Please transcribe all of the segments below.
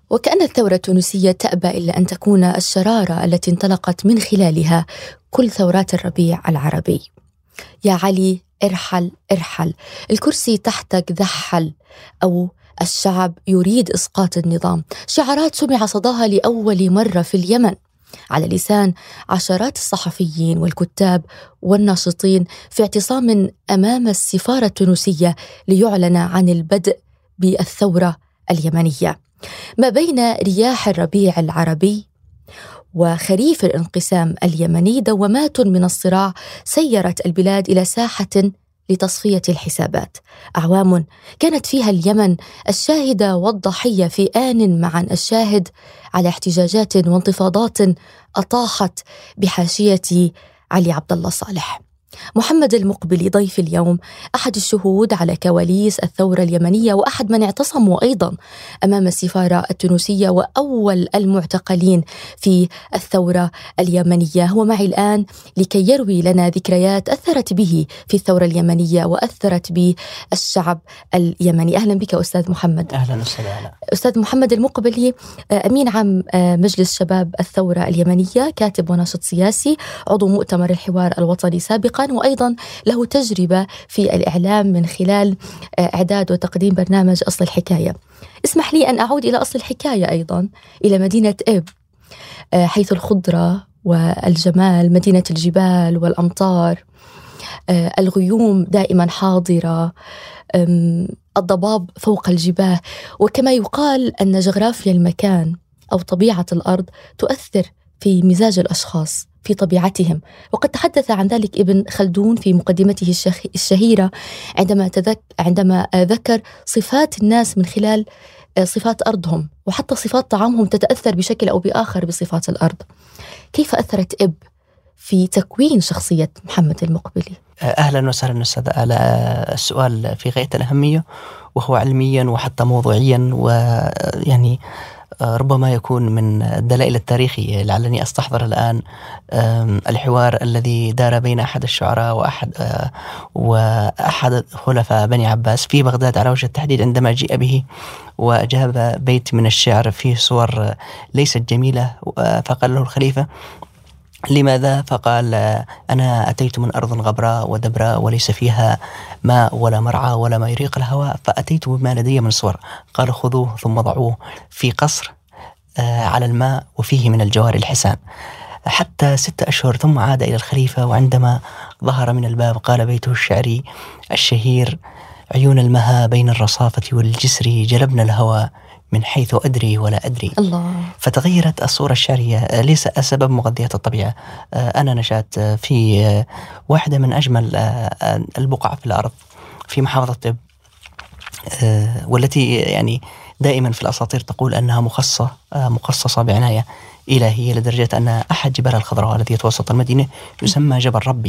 وكأن الثورة التونسية تأبى إلا أن تكون الشرارة التي انطلقت من خلالها كل ثورات الربيع العربي. يا علي ارحل ارحل، الكرسي تحتك ذحل، أو الشعب يريد إسقاط النظام، شعارات سمع صداها لأول مرة في اليمن على لسان عشرات الصحفيين والكتاب والناشطين في اعتصام أمام السفارة التونسية ليعلن عن البدء بالثورة اليمنية. ما بين رياح الربيع العربي وخريف الانقسام اليمني دوامات من الصراع سيرت البلاد إلى ساحة لتصفية الحسابات. أعوام كانت فيها اليمن الشاهدة والضحية في آن معا، الشاهد على احتجاجات وانتفاضات أطاحت بحاشية علي عبد الله صالح. محمد المقبلي ضيف اليوم، أحد الشهود على كواليس الثورة اليمنية وأحد من اعتصموا أيضا أمام السفارة التونسية وأول المعتقلين في الثورة اليمنية. هو معي الآن لكي يروي لنا ذكريات أثرت به في الثورة اليمنية وأثرت بالشعب اليمني. أهلا بك أستاذ محمد. أهلا وسهلا. أستاذ محمد المقبلي أمين عام مجلس شباب الثورة اليمنية، كاتب وناشط سياسي، عضو مؤتمر الحوار الوطني سابقا، وأيضا له تجربة في الإعلام من خلال إعداد وتقديم برنامج أصل الحكاية. اسمح لي أن أعود إلى أصل الحكاية أيضا، إلى مدينة إب، حيث الخضرة والجمال، مدينة الجبال والأمطار، الغيوم دائما حاضرة، الضباب فوق الجباه، وكما يقال أن جغرافيا المكان أو طبيعة الأرض تؤثر في مزاج الأشخاص، في طبيعتهم. وقد تحدث عن ذلك ابن خلدون في مقدمته الشهيرة عندما ذكر صفات الناس من خلال صفات أرضهم، وحتى صفات طعامهم تتأثر بشكل أو بآخر بصفات الأرض. كيف أثرت إب في تكوين شخصية محمد المقبلي؟ أهلا وسهلا أستاذ. على السؤال في غاية الأهمية، وهو علميا وحتى موضوعيا، ويعني ربما يكون من الدلائل التاريخي. لعلني أستحضر الآن الحوار الذي دار بين أحد الشعراء وأحد خلفاء بني عباس في بغداد على وجه التحديد، عندما جيء به وجاب بيت من الشعر فيه صور ليست جميلة، فقال له الخليفة: لماذا؟ فقال: أنا أتيت من أرض غبراء ودبراء وليس فيها ماء ولا مرعى ولا ما يريق الهواء، فأتيت بما لدي من صور. قال: خذوه ثم ضعوه في قصر على الماء وفيه من الجوار الحسان. حتى 6 أشهر ثم عاد إلى الخليفة، وعندما ظهر من الباب قال بيته الشعري الشهير: عيون المها بين الرصافة والجسر جلبنا الهوى من حيث أدري ولا أدري. الله. فتغيرت الصورة الشعرية ليس سبب مغذية الطبيعة. أنا نشأت في واحدة من أجمل البقع في الأرض في محافظة إب، والتي يعني دائما في الأساطير تقول أنها مخصصة بعناية إلهية، لدرجة أن أحد جبال الخضراء الذي يتوسط المدينة يسمى جبل ربي،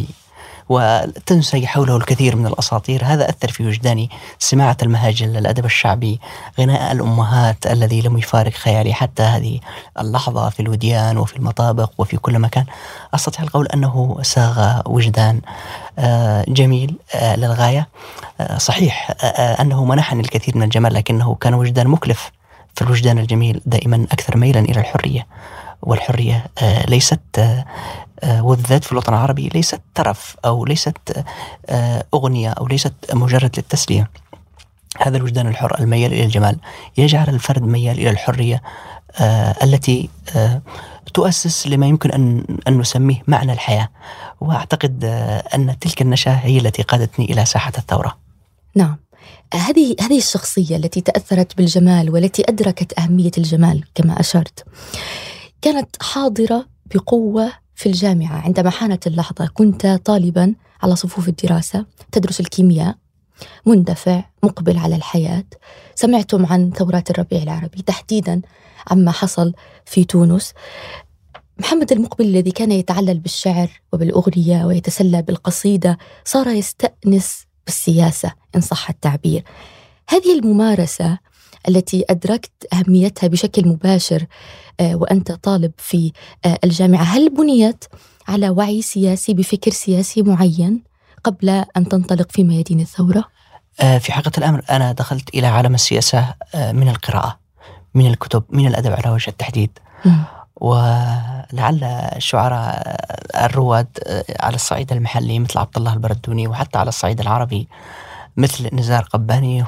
وتنسي حوله الكثير من الأساطير. هذا أثر في وجداني، سماعة المهاجل، الأدب الشعبي، غناء الأمهات الذي لم يفارق خيالي حتى هذه اللحظة في الوديان وفي المطابق وفي كل مكان. أستطيع القول أنه ساغ وجدان جميل للغاية. صحيح أنه منحني الكثير من الجمال، لكنه كان وجدان مكلف. فالوجدان الجميل دائما أكثر ميلا إلى الحرية، والحرية ليست والذات في الوطن العربي ليست ترف أو ليست أغنية أو ليست مجرد للتسلية. هذا الوجدان الحر الميال إلى الجمال يجعل الفرد ميال إلى الحرية التي تؤسس لما يمكن أن نسميه معنى الحياة. وأعتقد أن تلك النشأة هي التي قادتني إلى ساحة الثورة. نعم، هذه الشخصية التي تأثرت بالجمال والتي أدركت أهمية الجمال كما أشرت، كانت حاضرة بقوة في الجامعة. عندما حانت اللحظة كنت طالبا على صفوف الدراسة، تدرس الكيمياء، مندفع مقبل على الحياة. سمعتم عن ثورات الربيع العربي، تحديدا عما حصل في تونس. محمد المقبل الذي كان يتعلل بالشعر وبالأغنية ويتسلى بالقصيدة صار يستأنس بالسياسة إن صح التعبير. هذه الممارسة التي أدركت أهميتها بشكل مباشر وأنت طالب في الجامعة، هل بنيت على وعي سياسي بفكر سياسي معين قبل أن تنطلق في ميادين الثورة؟ في حقيقة الأمر أنا دخلت إلى عالم السياسة من القراءة، من الكتب من الأدب على وجه التحديد. ولعل الشعراء الرواد على الصعيد المحلي مثل عبد الله البردوني، وحتى على الصعيد العربي مثل نزار قباني،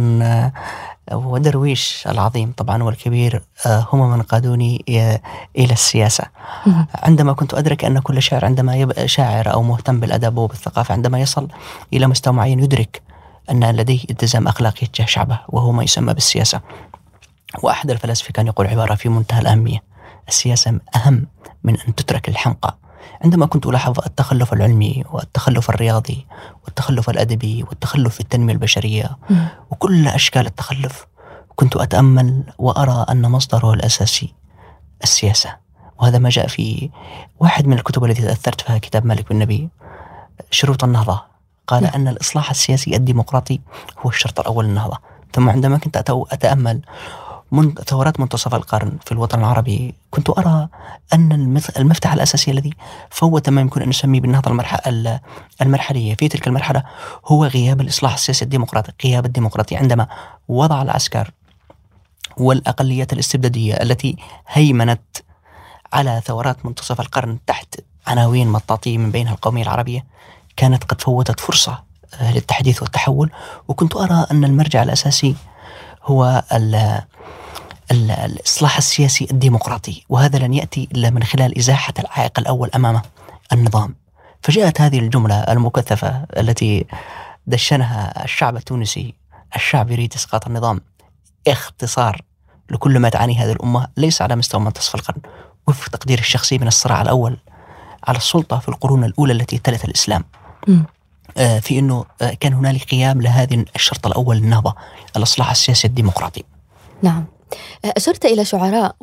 ودرويش العظيم طبعا والكبير، هم من قادوني إلى السياسة. عندما كنت أدرك أن كل شاعر عندما يبقى شاعر أو مهتم بالأدب وبالثقافة، عندما يصل إلى مستوى معين يدرك أن لديه التزام أخلاقي تجاه شعبه، وهو ما يسمى بالسياسة. وأحد الفلاسفة كان يقول عبارة في منتهى الأهمية: السياسة أهم من أن تترك الحنقى. عندما كنت ألاحظ التخلف العلمي والتخلف الرياضي والتخلف الأدبي والتخلف في التنمية البشرية وكل أشكال التخلف، كنت أتأمل وأرى أن مصدره الأساسي السياسة. وهذا ما جاء في واحد من الكتب التي تأثرت فيها، كتاب مالك بن نبي، شروط النهضة. قال أن الإصلاح السياسي الديمقراطي هو الشرط الأول للنهضة. ثم عندما كنت أتأمل ثورات منتصف القرن في الوطن العربي، كنت أرى أن المفتاح الأساسي الذي فوت ما يمكن أن نسميه بالنهضة المرحلية في تلك المرحلة هو غياب الإصلاح السياسي الديمقراطي. غياب الديمقراطية عندما وضع العسكر والأقليات الاستبدادية التي هيمنت على ثورات منتصف القرن تحت عناوين مطاطية من بينها القومية العربية، كانت قد فوتت فرصة للتحديث والتحول. وكنت أرى أن المرجع الأساسي هو الإصلاح السياسي الديمقراطي، وهذا لن يأتي إلا من خلال إزاحة العائق الأول أمام النظام. فجاءت هذه الجملة المكثفة التي دشنها الشعب التونسي: الشعب يريد إسقاط النظام، اختصار لكل ما تعاني هذه الأمة ليس على مستوى منتصف القرن، وفق تقدير الشخصي من الصراع الأول على السلطة في القرون الأولى التي تلت الإسلام، في أنه كان هنالك قيام لهذه الشرط الأول للنهضة، الإصلاح السياسي الديمقراطي. نعم. أشرت إلى شعراء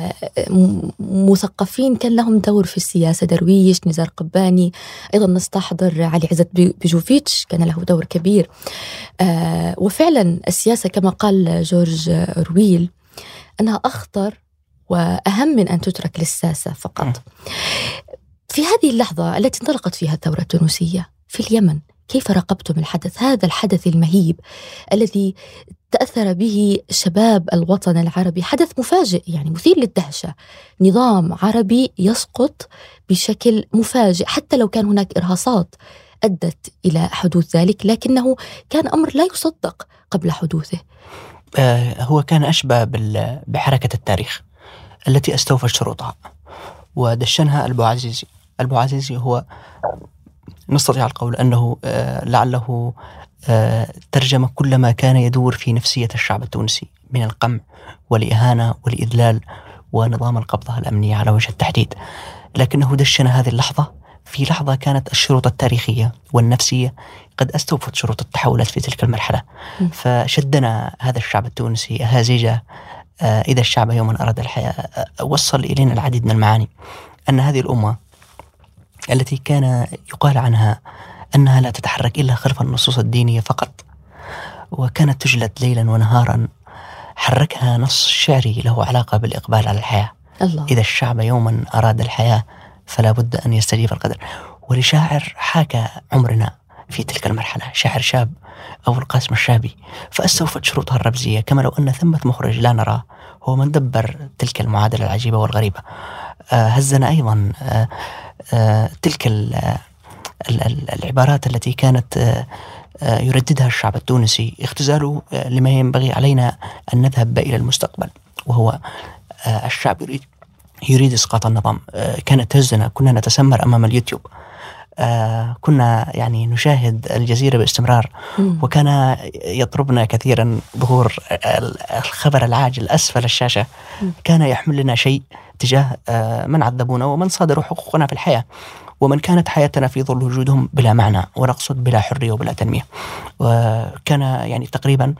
ومثقفين كان لهم دور في السياسة: درويش، نزار قباني، أيضا نستحضر علي عزت بيجوفيتش كان له دور كبير. وفعلا السياسة كما قال جورج أورويل أنها أخطر وأهم من أن تترك للساسة فقط. في هذه اللحظة التي انطلقت فيها الثورة التونسية في اليمن، كيف راقبتم الحدث، هذا الحدث المهيب الذي تأثر به شباب الوطن العربي؟ حدث مفاجئ، يعني مثير للدهشة، نظام عربي يسقط بشكل مفاجئ، حتى لو كان هناك إرهاصات أدت إلى حدوث ذلك، لكنه كان أمر لا يصدق قبل حدوثه. هو كان أشبه بحركة التاريخ التي استوفت شروطها ودشنها البوعزيزي. البوعزيزي هو نستطيع القول أنه لعله ترجم كل ما كان يدور في نفسية الشعب التونسي من القمع والإهانة والإذلال ونظام القبضة الأمنية على وجه التحديد، لكنه دشن هذه اللحظة في لحظة كانت الشروط التاريخية والنفسية قد استوفت شروط التحولات في تلك المرحلة. فشدنا هذا الشعب التونسي هازجة. إذا الشعب يوما أراد الحياة وصل إلينا العديد من المعاني، أن هذه الأمة التي كان يقال عنها أنها لا تتحرك إلا خلف النصوص الدينية فقط، وكانت تجلد ليلا ونهارا، حركها نص شعري له علاقة بالإقبال على الحياة. الله. إذا الشعب يوما أراد الحياة فلا بد أن يستجيب القدر. ولشاعر حاكى عمرنا في تلك المرحلة، شاعر شاب أبو القاسم الشابي، فاستوفت شروطها الرمزية، كما لو أن ثمة مخرج لا نراه هو من دبر تلك المعادلة العجيبة والغريبة. هزنا أيضا تلك العبارات التي كانت يرددها الشعب التونسي: اختزاله لما ينبغي علينا أن نذهب إلى المستقبل، وهو الشعب يريد إسقاط النظام. كانت تهزنا، كنا نتسمر أمام اليوتيوب، كنا يعني نشاهد الجزيرة باستمرار، وكان يطربنا كثيرا ظهور الخبر العاجل أسفل الشاشة، كان يحمل لنا شيء تجاه من عذبونا ومن صادروا حقوقنا في الحياة، ومن كانت حياتنا في ظل وجودهم بلا معنى، ونقصد بلا حرية وبلا تنمية. وكان يعني تقريبا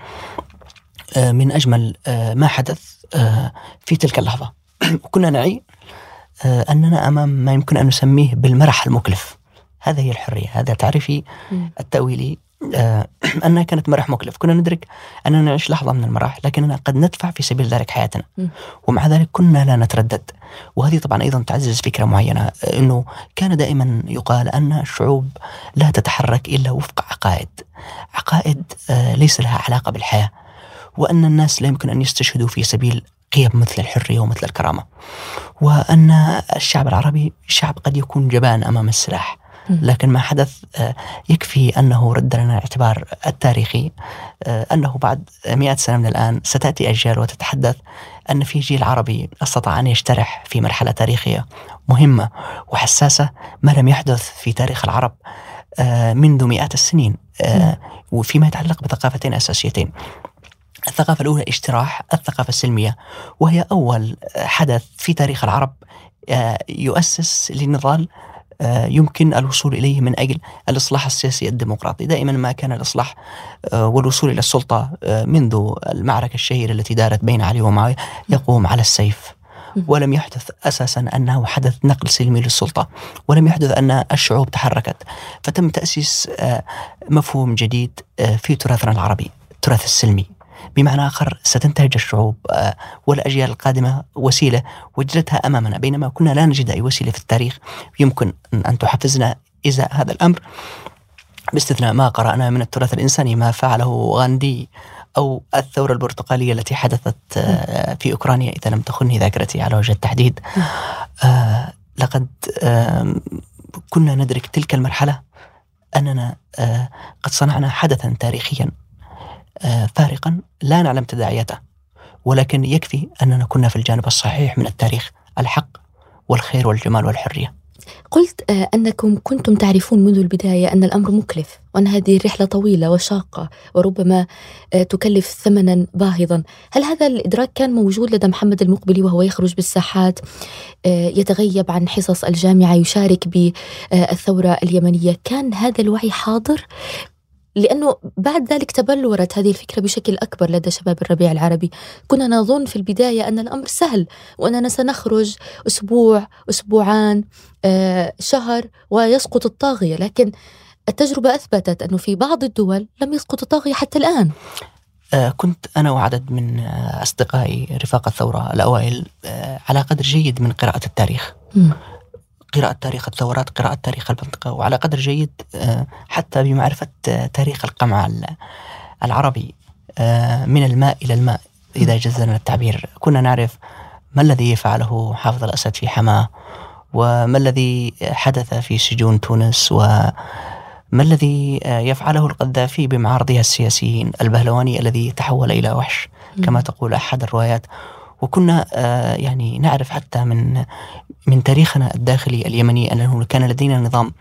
من أجمل ما حدث في تلك اللحظة. وكنا نعي أننا أمام ما يمكن أن نسميه بالمرح المكلف. هذا هي الحرية، هذا تعريفي التأويلي، أنها كانت مرح مكلف. كنا ندرك أننا نعيش لحظة من المراح، لكننا قد ندفع في سبيل ذلك حياتنا، ومع ذلك كنا لا نتردد. وهذه طبعا أيضا تعزز فكرة معينة، أنه كان دائما يقال أن الشعوب لا تتحرك إلا وفق عقائد ليس لها علاقة بالحياة، وأن الناس لا يمكن أن يستشهدوا في سبيل قيم مثل الحرية ومثل الكرامة، وأن الشعب العربي شعب قد يكون جبان أمام السلاح، لكن ما حدث يكفي أنه رد لنا الاعتبار التاريخي أنه بعد 100 سنة من الآن ستأتي أجيال وتتحدث أن في جيل عربي استطاع أن يجترح في مرحلة تاريخية مهمة وحساسة ما لم يحدث في تاريخ العرب منذ مئات السنين، وفيما يتعلق بثقافتين أساسيتين. الثقافة الأولى اجتراح الثقافة السلمية، وهي أول حدث في تاريخ العرب يؤسس لنضال يمكن الوصول إليه من أجل الإصلاح السياسي الديمقراطي. دائما ما كان الإصلاح والوصول إلى السلطة منذ المعركة الشهيرة التي دارت بين علي ومعاوية يقوم على السيف، ولم يحدث أساسا أنه حدث نقل سلمي للسلطة، ولم يحدث أن الشعوب تحركت. فتم تأسيس مفهوم جديد في تراثنا العربي، التراث السلمي. بمعنى آخر ستنتهج الشعوب والأجيال القادمة وسيلة وجدتها أمامنا، بينما كنا لا نجد أي وسيلة في التاريخ يمكن أن تحفزنا إزاء هذا الأمر، باستثناء ما قرأنا من التراث الإنساني ما فعله غاندي أو الثورة البرتقالية التي حدثت في أوكرانيا إذا لم تخني ذاكرتي على وجه التحديد. لقد كنا ندرك تلك المرحلة أننا قد صنعنا حدثا تاريخيا فارقا لا نعلم تداعياته، ولكن يكفي أننا كنا في الجانب الصحيح من التاريخ، الحق والخير والجمال والحرية. قلت أنكم كنتم تعرفون منذ البداية أن الأمر مكلف، وأن هذه الرحلة طويلة وشاقة وربما تكلف ثمنا باهظا. هل هذا الإدراك كان موجود لدى محمد المقبلي وهو يخرج بالساحات، يتغيب عن حصص الجامعة، يشارك بالثورة اليمنية؟ كان هذا الوعي حاضر؟ لأنه بعد ذلك تبلورت هذه الفكرة بشكل أكبر لدى شباب الربيع العربي. كنا نظن في البداية أن الأمر سهل، وأننا سنخرج أسبوع، أسبوعان، شهر ويسقط الطاغية، لكن التجربة أثبتت أنه في بعض الدول لم يسقط الطاغية حتى الآن. كنت أنا وعدد من أصدقائي رفاق الثورة الأوائل على قدر جيد من قراءة التاريخ، قراءة تاريخ الثورات، قراءة تاريخ المنطقة، وعلى قدر جيد حتى بمعرفة تاريخ القمع العربي من الماء إلى الماء إذا جزنا التعبير. كنا نعرف ما الذي فعله حافظ الأسد في حماه، وما الذي حدث في سجون تونس، وما الذي يفعله القذافي بمعارضها السياسيين، البهلواني الذي تحول إلى وحش كما تقول أحد الروايات. وكنا يعني نعرف حتى من تاريخنا الداخلي اليمني أنه كان لدينا نظام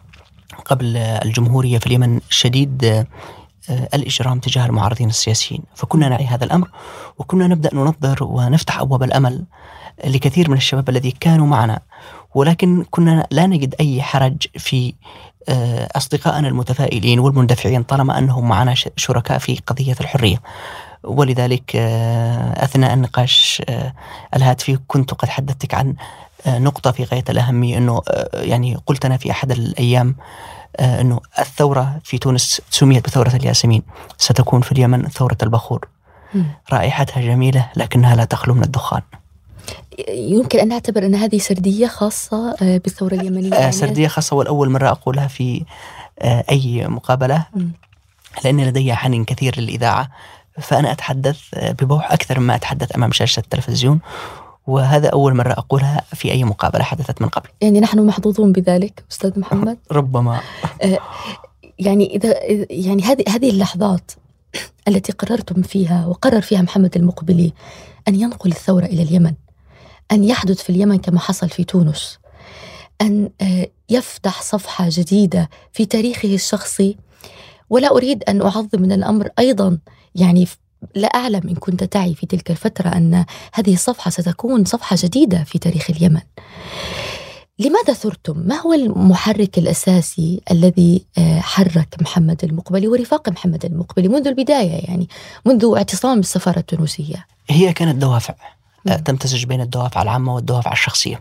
قبل الجمهورية في اليمن شديد الإجرام تجاه المعارضين السياسيين، فكنا نعي هذا الأمر، وكنا نبدأ ننظر ونفتح أبواب الأمل لكثير من الشباب الذي كانوا معنا، ولكن كنا لا نجد أي حرج في أصدقائنا المتفائلين والمندفعين طالما أنهم معنا شركاء في قضية الحرية. ولذلك أثناء النقاش الهاتفي كنت قد حدثتك عن نقطة في غاية الأهمية، أنه يعني قلت أنا في أحد الأيام أنه الثورة في تونس سميت بثورة الياسمين، ستكون في اليمن ثورة البخور. رائحتها جميلة لكنها لا تخلو من الدخان. يمكن أن نعتبر أن هذه سردية خاصة بالثورة اليمنية؟ سردية خاصة، والأول مرة أقولها في أي مقابلة، لأن لدي حنين كثير للإذاعة، فأنا أتحدث ببوح أكثر مما أتحدث أمام شاشة التلفزيون، وهذا أول مرة أقولها في أي مقابلة حدثت من قبل. يعني نحن محظوظون بذلك أستاذ محمد. ربما يعني يعني هذه اللحظات التي قررتم فيها وقرر فيها محمد المقبلي أن ينقل الثورة إلى اليمن، أن يحدث في اليمن كما حصل في تونس، أن يفتح صفحة جديدة في تاريخه الشخصي. ولا أريد أن أعظم من الأمر أيضا، يعني لا أعلم إن كنت تعي في تلك الفترة أن هذه الصفحة ستكون صفحة جديدة في تاريخ اليمن. لماذا ثرتم؟ ما هو المحرك الأساسي الذي حرك محمد المقبلي ورفاق محمد المقبلي منذ البداية، يعني منذ اعتصام السفارة التونسية؟ هي كانت دوافع تمتزج بين الدوافع العامة والدوافع الشخصية،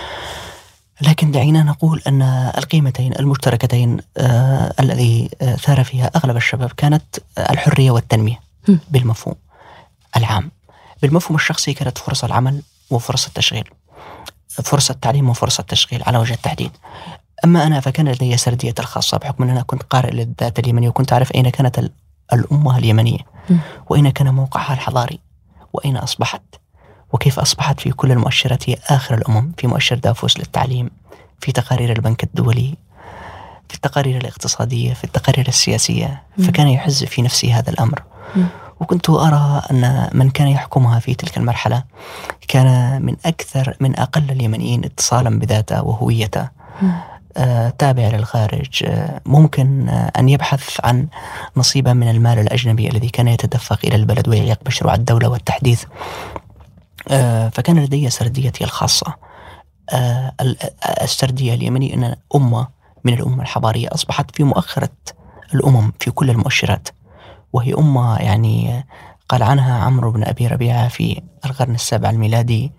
لكن دعينا نقول أن القيمتين المشتركتين الذي ثار فيها أغلب الشباب كانت الحرية والتنمية بالمفهوم العام. بالمفهوم الشخصي كانت فرص العمل وفرص التشغيل، فرص التعليم وفرص التشغيل على وجه التحديد. أما أنا فكان لدي سردية الخاصة بحكم أن أنا كنت قارئ للذات اليمنية، وكنت أعرف أين كانت الأمة اليمنية، وأين كان موقعها الحضاري، وأين أصبحت، وكيف أصبحت في كل المؤشرات هي آخر الأمم، في مؤشر دافوس للتعليم، في تقارير البنك الدولي، في التقارير الاقتصادية، في التقارير السياسية. فكان يحز في نفسي هذا الأمر. وكنت أرى أن من كان يحكمها في تلك المرحلة كان من أقل اليمنيين اتصالا بذاته وهويته، تابع للخارج، ممكن أن يبحث عن نصيبا من المال الأجنبي الذي كان يتدفق إلى البلد ويعيق مشروع الدولة والتحديث. فكان لدي سرديتي الخاصة. السردية اليمنية أن أمة من الأمم الحضارية أصبحت في مؤخرة الأمم في كل المؤشرات، وهي أمة يعني قال عنها عمرو بن أبي ربيعة في القرن السابع الميلادي: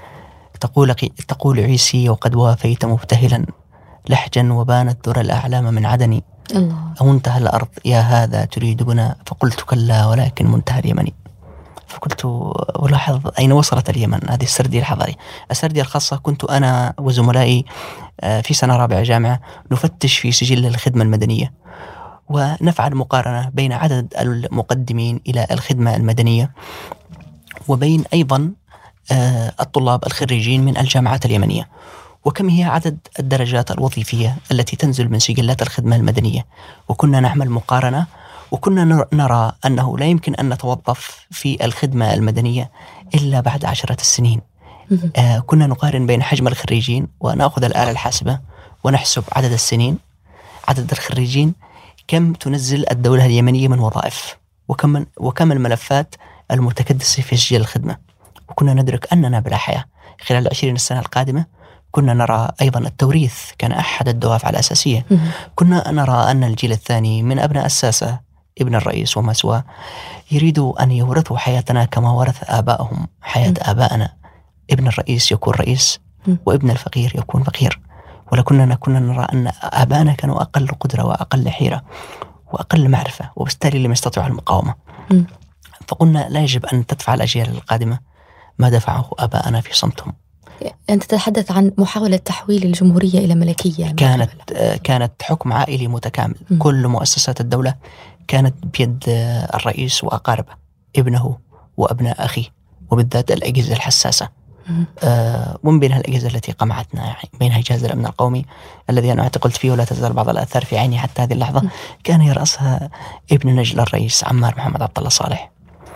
تقول عيسي وقد وافيت مبتهلا لحجا وبانت ذرى الأعلام من عدني. الله. أو منتهى الأرض يا هذا تريد بنا؟ فقلت كلا ولكن منتهى اليمن. فقلت ولاحظ أين وصلت اليمن. هذه السردية الحضارية. السردية الخاصة: كنت أنا وزملائي في سنة رابعة جامعة نفتش في سجل الخدمة المدنية ونفعل مقارنة بين عدد المقدمين إلى الخدمة المدنية وبين أيضا الطلاب الخريجين من الجامعات اليمنية، وكم هي عدد الدرجات الوظيفية التي تنزل من سجلات الخدمة المدنية. وكنا نعمل مقارنة، وكنا نرى أنه لا يمكن أن نتوظف في الخدمة المدنية إلا بعد 10 سنين. كنا نقارن بين حجم الخريجين ونأخذ الآلة الحاسبة ونحسب عدد السنين، عدد الخريجين، كم تنزل الدولة اليمنية من وظائف، وكم الملفات المتكدسة في سجل الخدمة. وكنا ندرك أننا بلا حياة. خلال 20 سنة القادمة كنا نرى أيضا التوريث كان أحد الدوافع الأساسية. كنا نرى أن الجيل الثاني من أبناء الساسة، ابن الرئيس وما سواه، يريدوا أن يورثوا حياتنا كما ورث آبائهم حياة آبائنا. ابن الرئيس يكون رئيس وابن الفقير يكون فقير. ولكننا كنا نرى أن آبائنا كانوا أقل قدرة وأقل حيرة وأقل معرفة، وبالتالي لم يستطيعوا المقاومة. فقلنا لا يجب أن تدفع الأجيال القادمة ما دفعه آبائنا في صمتهم. أنت تتحدث عن محاولة تحويل الجمهورية إلى ملكية. كانت حكم عائلي متكامل. كل مؤسسات الدولة كانت بيد الرئيس وأقاربه، ابنه وأبناء أخيه، وبالذات الأجهزة الحساسة، ومن بينها الأجهزة التي قمعتنا، يعني بينها جهاز الأمن القومي الذي أنا اعتقلت فيه ولا تزال بعض الآثار في عيني حتى هذه اللحظة. كان يرأسها ابن نجل الرئيس عمار محمد عبد الله صالح.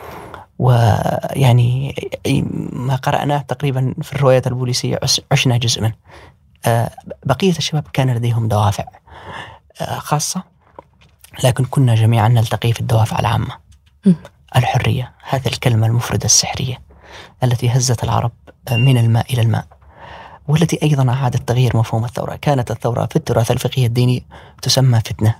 ويعني ما قرأناه تقريبا في الروايات البوليسية عشنا جزء منه. بقية الشباب كان لديهم دوافع خاصة، لكن كنا جميعا نلتقي في الدوافع العامة. الحرية، هذه الكلمة المفردة السحرية التي هزت العرب من الماء إلى الماء، والتي أيضا أعادت تغيير مفهوم الثورة. كانت الثورة في التراث الفقهي الديني تسمى فتنة،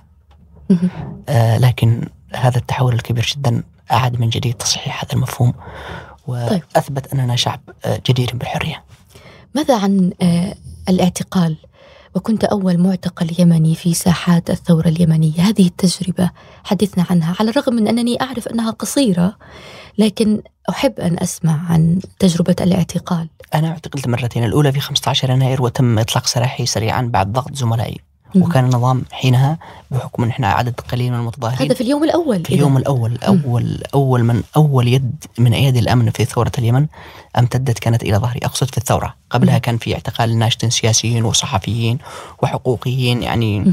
لكن هذا التحول الكبير جدا أعاد من جديد تصحيح هذا المفهوم وأثبت أننا شعب جدير بالحرية. ماذا عن الاعتقال؟ وكنت أول معتقل يمني في ساحات الثورة اليمنية. هذه التجربة حدثنا عنها، على الرغم من أنني أعرف أنها قصيرة، لكن أحب أن أسمع عن تجربة الاعتقال. أنا اعتقلت مرتين، الأولى في 15 يناير وتم إطلاق سراحي سريعا بعد ضغط زملائي. وكان النظام حينها بحكم ان احنا عدد قليل من المتظاهرين. هذا في اليوم الاول. في اليوم الاول اول يد من ايادي الامن في ثوره اليمن امتدت كانت الى ظهري. اقصد في الثوره، قبلها كان في اعتقال ناشطين سياسيين وصحفيين وحقوقيين يعني.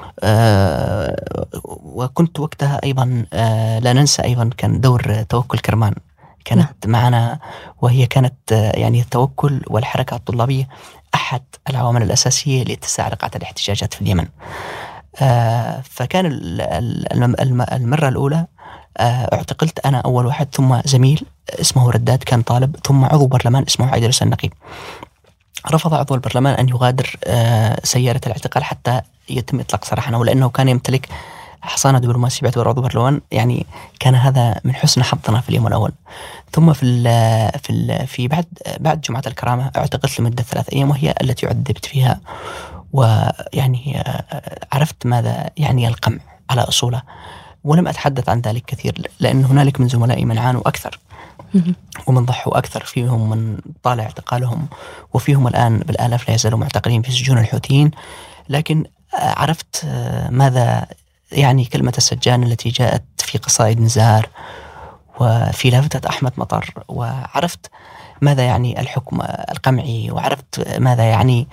وكنت وقتها ايضا لا ننسى ايضا كان دور توكل كرمان كانت معنا، وهي كانت يعني التوكل والحركه الطلابيه أحد العوامل الأساسية لاتساع رقعة الاحتجاجات في اليمن. فكان المرة الأولى اعتقلت أنا أول واحد، ثم زميل اسمه رداد كان طالب، ثم عضو برلمان اسمه عيدروس النقيب. رفض عضو البرلمان أن يغادر سيارة الاعتقال حتى يتم إطلاق سراحنا، ولأنه كان يمتلك حصانة دبلوماسية باعتباره عضو برلمان. يعني كان هذا من حسن حظنا في اليوم الأول. ثم في بعد جمعة الكرامة اعتقلت لمدة 3 أيام، وهي التي عذبت فيها. ويعني عرفت ماذا يعني القمع على أصوله، ولم أتحدث عن ذلك كثير لأن هنالك من زملائي من عانوا أكثر ومن ضحوا أكثر، فيهم من طال اعتقالهم، وفيهم الآن بالآلاف لا يزالوا معتقلين في سجون الحوثيين. لكن عرفت ماذا يعني كلمة السجان التي جاءت في قصائد نزار وفي لافتة أحمد مطر، وعرفت ماذا يعني الحكم القمعي، وعرفت ماذا يعني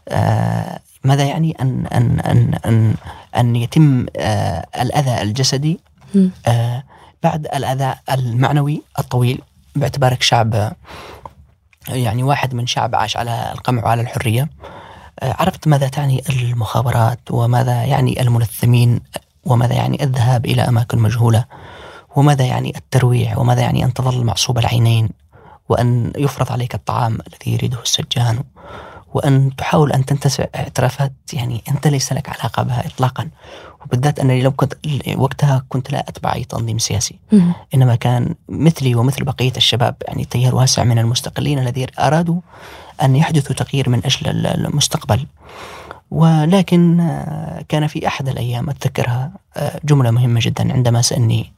أن يتم الأذى الجسدي بعد الأذى المعنوي الطويل، باعتبارك شعب يعني واحد من شعب عاش على القمع وعلى الحرية. عرفت ماذا تعني المخابرات، وماذا يعني المنثمين، وماذا يعني الذهاب إلى أماكن مجهولة، وماذا يعني الترويع، وماذا يعني أن تظل معصوب العينين، وأن يفرض عليك الطعام الذي يريده السجان، وأن تحاول أن تنتزع اعترافات يعني أنت ليس لك علاقة بها إطلاقا. وبالذات أنني لو كنت وقتها كنت لا أتبع أي تنظيم سياسي، إنما كان مثلي ومثل بقية الشباب يعني تيار واسع من المستقلين الذين أرادوا أن يحدثوا تغيير من أجل المستقبل. ولكن كان في أحد الأيام أتذكرها جملة مهمة جدا، عندما سألني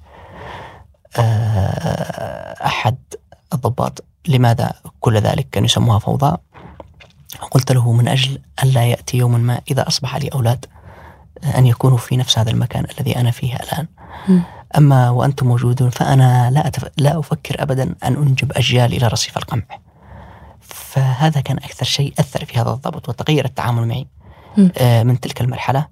أحد الضباط لماذا كل ذلك، كانوا يسموها فوضى. قلت له من أجل أن لا يأتي يوم ما إذا أصبح لي أولاد أن يكونوا في نفس هذا المكان الذي أنا فيه الآن. أما وأنتم موجودون فأنا لا أفكر أبدا أن أنجب أجيال إلى رصيف القمع. فهذا كان أكثر شيء أثر في هذا الضبط، وتغير التعامل معي من تلك المرحلة.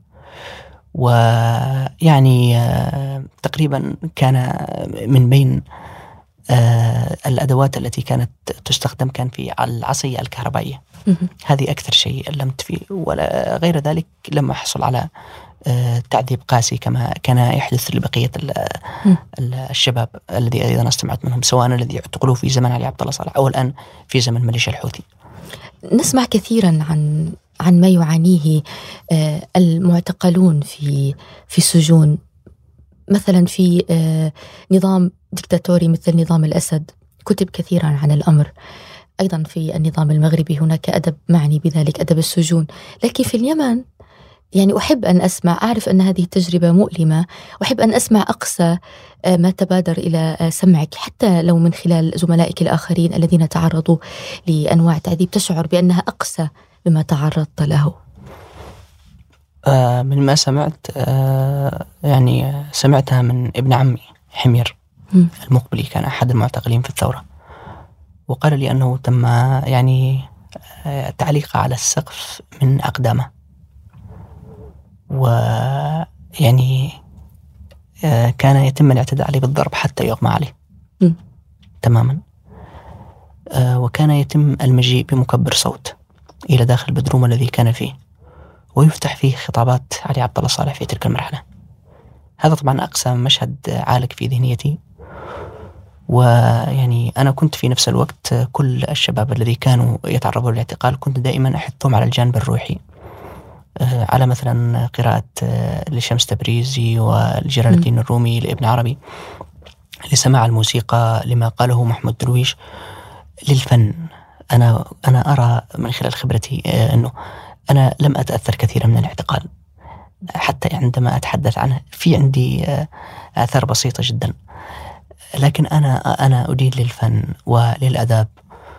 ويعني تقريبا كان من بين الأدوات التي كانت تستخدم كان في العصي الكهربائية. هذه أكثر شيء ألمت فيه، ولا غير ذلك لم أحصل على تعذيب قاسي كما كان يحدث لبقية الشباب الذي أيضا استمعت منهم، سواء الذي اعتقلوا في زمن علي عبد الله صالح أو الآن في زمن ميليشيا الحوثي. نسمع كثيرا عن ما يعانيه المعتقلون في السجون، مثلا في نظام ديكتاتوري مثل نظام الأسد، كتب كثيرا عن الأمر. أيضا في النظام المغربي هناك أدب معني بذلك، أدب السجون. لكن في اليمن يعني أحب أن أسمع، أعرف أن هذه تجربة مؤلمة، أحب أن أسمع أقصى ما تبادر إلى سمعك، حتى لو من خلال زملائك الآخرين الذين تعرضوا لأنواع تعذيب تشعر بأنها أقصى بما تعرضت له. من ما سمعت يعني سمعتها من ابن عمي حمير المقبلي، كان أحد المعتقلين في الثورة، وقال لي أنه تم يعني تعليقه على السقف من أقدامه، ويعني كان يتم الاعتداء عليه بالضرب حتى يغمى عليه تماما. وكان يتم المجيء بمكبر صوت إلى داخل البدروم الذي كان فيه، ويفتح فيه خطابات علي عبد الله صالح في تلك المرحلة. هذا طبعا أقسى مشهد عالق في ذهنيتي. ويعني أنا كنت في نفس الوقت كل الشباب الذي كانوا يتعرضون للاعتقال كنت دائما أحثهم على الجانب الروحي، على مثلا قراءة لشمس تبريزي والجلال الدين الرومي لابن عربي، لسماع الموسيقى لما قاله محمود درويش، للفن. أنا أرى من خلال خبرتي أنه أنا لم أتأثر كثيرا من الاعتقال، حتى عندما أتحدث عنه في عندي آثار بسيطة جدا، لكن أنا أدين للفن وللأداب.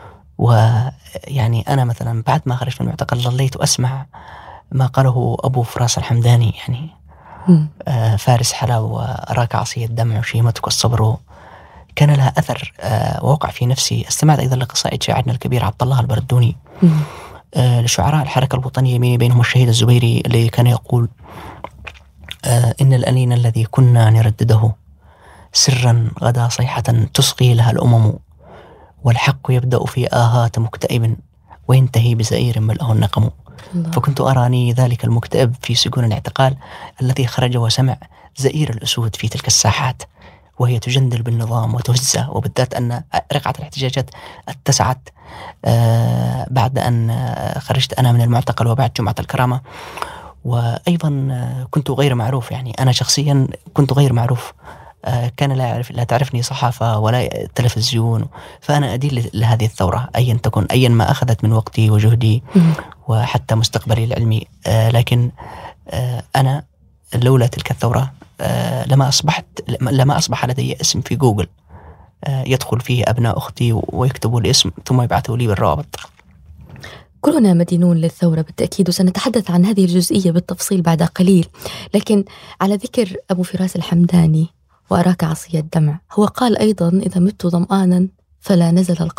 ويعني أنا مثلا بعد ما خرجت من المعتقل ظليت أسمع ما قاله أبو فراس الحمداني، يعني فارس حلا وأراك عصي الدمع وشيمتك الصبر، كان لها أثر ووقع في نفسي. استمعت أيضا لقصائد شاعرنا الكبير عبد الله البردوني، لشعراء الحركة الوطنية بينهم الشهيد الزبيري الذي كان يقول إن الأنين الذي كنا نردده سرا غدا صيحة تسقي لها الأمم، والحق يبدأ في آهات مكتئب وينتهي بزئير ملأه النقم. فكنت أراني ذلك المكتئب في سجون الاعتقال الذي خرج وسمع زئير الأسود في تلك الساحات وهي تجندل بالنظام وتهزه، وبالذات أن رقعة الاحتجاجات اتسعت بعد أن خرجت أنا من المعتقل وبعد جمعة الكرامة. وأيضا كنت غير معروف، يعني أنا شخصيا كنت غير معروف، كان لا تعرفني صحافة ولا تلفزيون، فأنا أدين لهذه الثورة أيا تكن، أيا ما أخذت من وقتي وجهدي وحتى مستقبلي العلمي. لكن أنا لولا تلك الثورة لما أصبح لدي اسم في جوجل يدخل فيه أبناء أختي ويكتبوا الاسم ثم يبعثوا لي بالروابط. كلنا مدينون للثورة بالتأكيد، وسنتحدث عن هذه الجزئية بالتفصيل بعد قليل. لكن على ذكر أبو فراس الحمداني وأراك عصي الدمع، هو قال أيضا إذا مت ظمآنا فلا نزل القطر.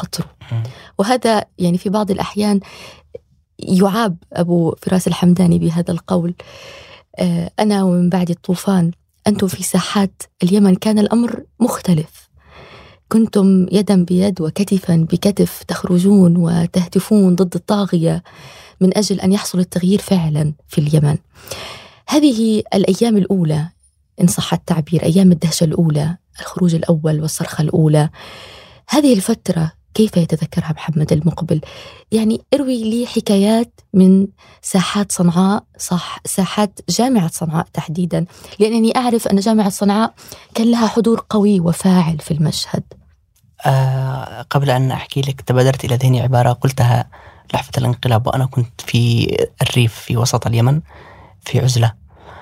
وهذا يعني في بعض الأحيان يعاب أبو فراس الحمداني بهذا القول: أنا ومن بعد الطوفان، أنتم في ساحات اليمن كان الأمر مختلف، كنتم يدا بيد وكتفا بكتف تخرجون وتهتفون ضد الطاغية من أجل أن يحصل التغيير فعلا في اليمن. هذه الأيام الأولى إن صح التعبير، أيام الدهشة الأولى، الخروج الأول والصرخة الأولى، هذه الفترة كيف يتذكرها محمد المقبل؟ يعني اروي لي حكايات من ساحات صنعاء، ساحات جامعة صنعاء تحديدا، لأنني أعرف أن جامعة صنعاء كان لها حضور قوي وفاعل في المشهد. قبل أن أحكي لك تبادرت إلى ذهني عبارة قلتها لحظة الانقلاب وأنا كنت في الريف في وسط اليمن في عزلة،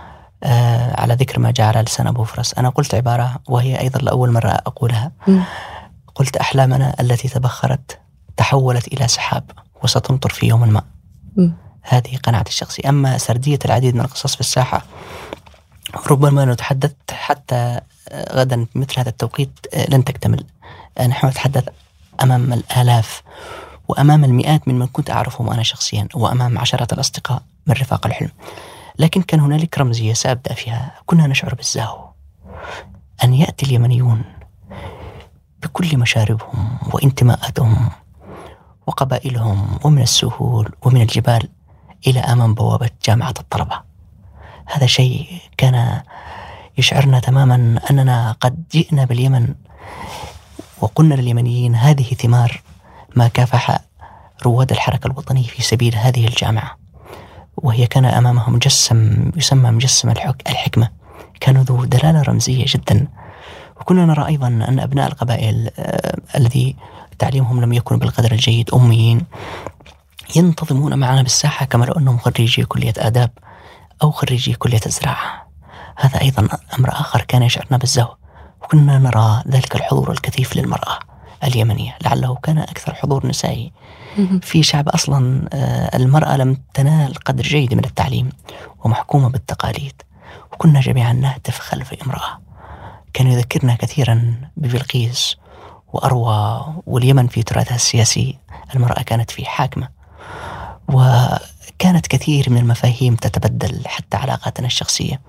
على ذكر ما جاء على لسان أبو فراس. أنا قلت عبارة وهي أيضا لأول مرة أقولها. قلت: أحلامنا التي تبخرت تحولت إلى سحاب وستمطر في يوم ما. هذه قناعتي الشخصية. أما سردية العديد من القصص في الساحة ربما نتحدث حتى غدا مثل هذا التوقيت لن تكتمل. نحن نتحدث أمام الآلاف وأمام المئات من كنت أعرفهم أنا شخصيا، وأمام عشرات الأصدقاء من رفاق الحلم. لكن كان هنالك رمزية سأبدأ فيها. كنا نشعر بالزهو أن يأتي اليمنيون بكل مشاربهم وانتماءاتهم وقبائلهم ومن السهول ومن الجبال إلى أمام بوابة جامعة الطلبة. هذا شيء كان يشعرنا تماما أننا قد جئنا باليمن، وقلنا لليمنيين: هذه ثمار ما كافح رواد الحركة الوطنية في سبيل هذه الجامعة. وهي كان أمامهم مجسم يسمى مجسم الحكمة، كان ذو دلالة رمزية جدا. وكنا نرى أيضا أن أبناء القبائل الذي تعليمهم لم يكن بالقدر الجيد، أميين، ينتظمون معنا بالساحة كما لو أنهم خريجي كلية آداب أو خريجي كلية الزراعة. هذا أيضا أمر آخر كان يشعرنا بالزهو. وكنا نرى ذلك الحضور الكثيف للمرأة اليمنية، لعله كان أكثر حضور نسائي في شعب أصلا المرأة لم تنال قدر جيد من التعليم ومحكومة بالتقاليد. وكنا جميعا نهتف خلف امرأة. كان يذكرنا كثيرا ببلقيس وأروى، واليمن في تراثها السياسي المرأة كانت فيه حاكمة. وكانت كثير من المفاهيم تتبدل حتى علاقاتنا الشخصية.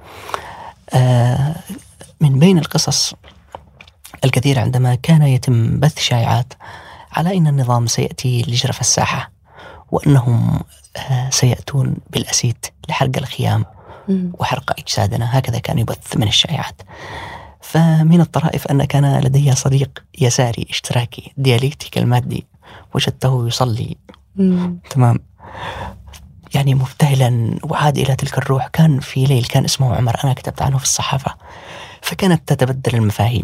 من بين القصص الكثير عندما كان يتم بث شائعات على أن النظام سيأتي لجرف الساحة وأنهم سيأتون بالأسيت لحرق الخيام وحرق أجسادنا، هكذا كان يبث من الشائعات. فمن الطرائف أن كان لدي صديق يساري اشتراكي دياليكتيك المادي، وجدته يصلي تمام يعني مبتهلا وعاد إلى تلك الروح. كان في ليل كان اسمه عمر، أنا كتبت عنه في الصحافة، فكانت تتبدل المفاهيم.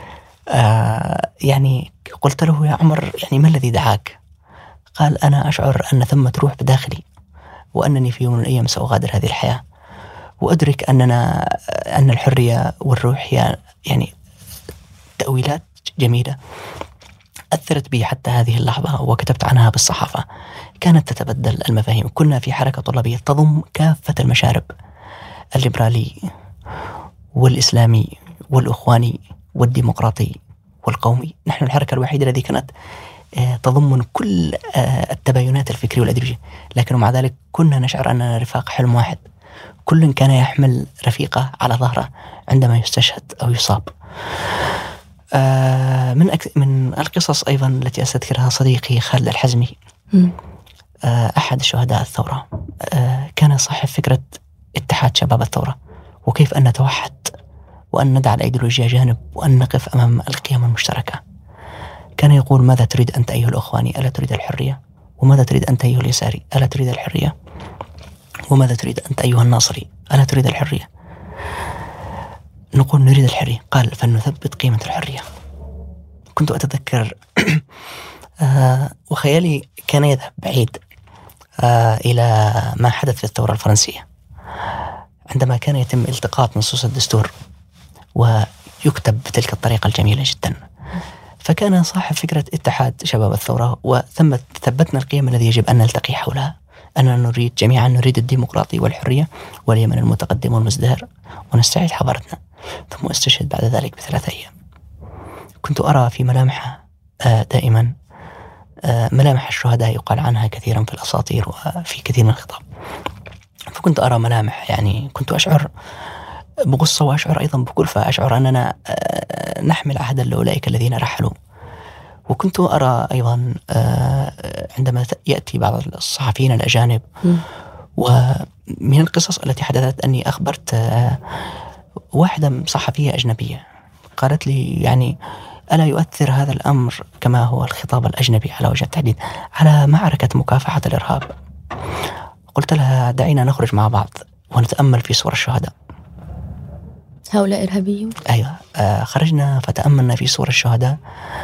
يعني قلت له: يا عمر، يعني ما الذي دعاك؟ قال: أنا أشعر أن ثمة روح بداخلي، وأنني في يوم من الأيام سأغادر هذه الحياة، وأدرك أن الحرية والروح هي يعني تأويلات جميلة أثرت بي حتى هذه اللحظة، وكتبت عنها بالصحافة. كانت تتبدل المفاهيم. كنا في حركة طلابية تضم كافة المشارب، الليبرالي والإسلامي والأخواني والديمقراطي والقومي. نحن الحركة الوحيدة التي كانت تضمن كل التباينات الفكرية والأيديولوجية، لكن مع ذلك كنا نشعر أننا رفاق حلم واحد. كل كان يحمل رفيقه على ظهره عندما يستشهد أو يصاب. من القصص أيضا التي أستذكرها صديقي خالد الحزمي، أحد شهداء الثورة، كان صاحب فكرة اتحاد شباب الثورة، وكيف أن نتوحد وأن ندع الأيديولوجيا جانب وأن نقف أمام القيم المشتركة. كان يقول: ماذا تريد أنت أيها الأخواني؟ ألا تريد الحرية؟ وماذا تريد أنت أيها اليساري؟ ألا تريد الحرية؟ وماذا تريد أنت أيها الناصري؟ ألا تريد الحرية؟ نقول: نريد الحرية. قال: فلنثبت قيمة الحرية. كنت أتذكر وخيالي كان يذهب بعيد إلى ما حدث في الثورة الفرنسية، عندما كان يتم التقاط نصوص الدستور ويكتب بتلك الطريقة الجميلة جدا. فكان صاحب فكرة اتحاد شباب الثورة، وثبتنا القيم التي يجب أن نلتقي حولها، أننا جميعا نريد الديمقراطية والحرية واليمن المتقدم والمزدهر، ونستعيد حضارتنا. ثم استشهد بعد ذلك ب3 أيام. كنت أرى في ملامحه دائما ملامح الشهداء يقال عنها كثيرا في الأساطير وفي كثير من الخطاب. فكنت أرى ملامح، يعني كنت أشعر بغصة وأشعر أيضا بكلفة، أشعر أننا نحمل عهدا لأولئك الذين رحلوا. وكنت أرى أيضا عندما يأتي بعض الصحفيين الأجانب، ومن القصص التي حدثت أني أخبرت واحدة صحفية أجنبية، قالت لي يعني ألا يؤثر هذا الأمر كما هو الخطاب الأجنبي على وجه التحديد على معركة مكافحة الإرهاب؟ قلت لها دعينا نخرج مع بعض ونتأمل في صور الشهداء. هؤلاء إرهابيون؟ أيوة. خرجنا فتأملنا في صور الشهداء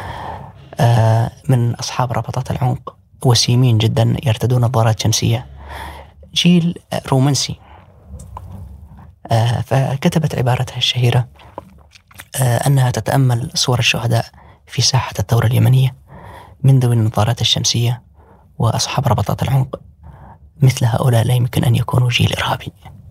من أصحاب ربطات العنق، وسيمين جدا يرتدون نظارات شمسية، جيل رومانسي. فكتبت عبارتها الشهيرة أنها تتأمل صور الشهداء في ساحة الثورة اليمنية من ذوي النظارات الشمسية وأصحاب ربطات العنق. مثل هؤلاء لا يمكن أن يكونوا جيل إرهابي.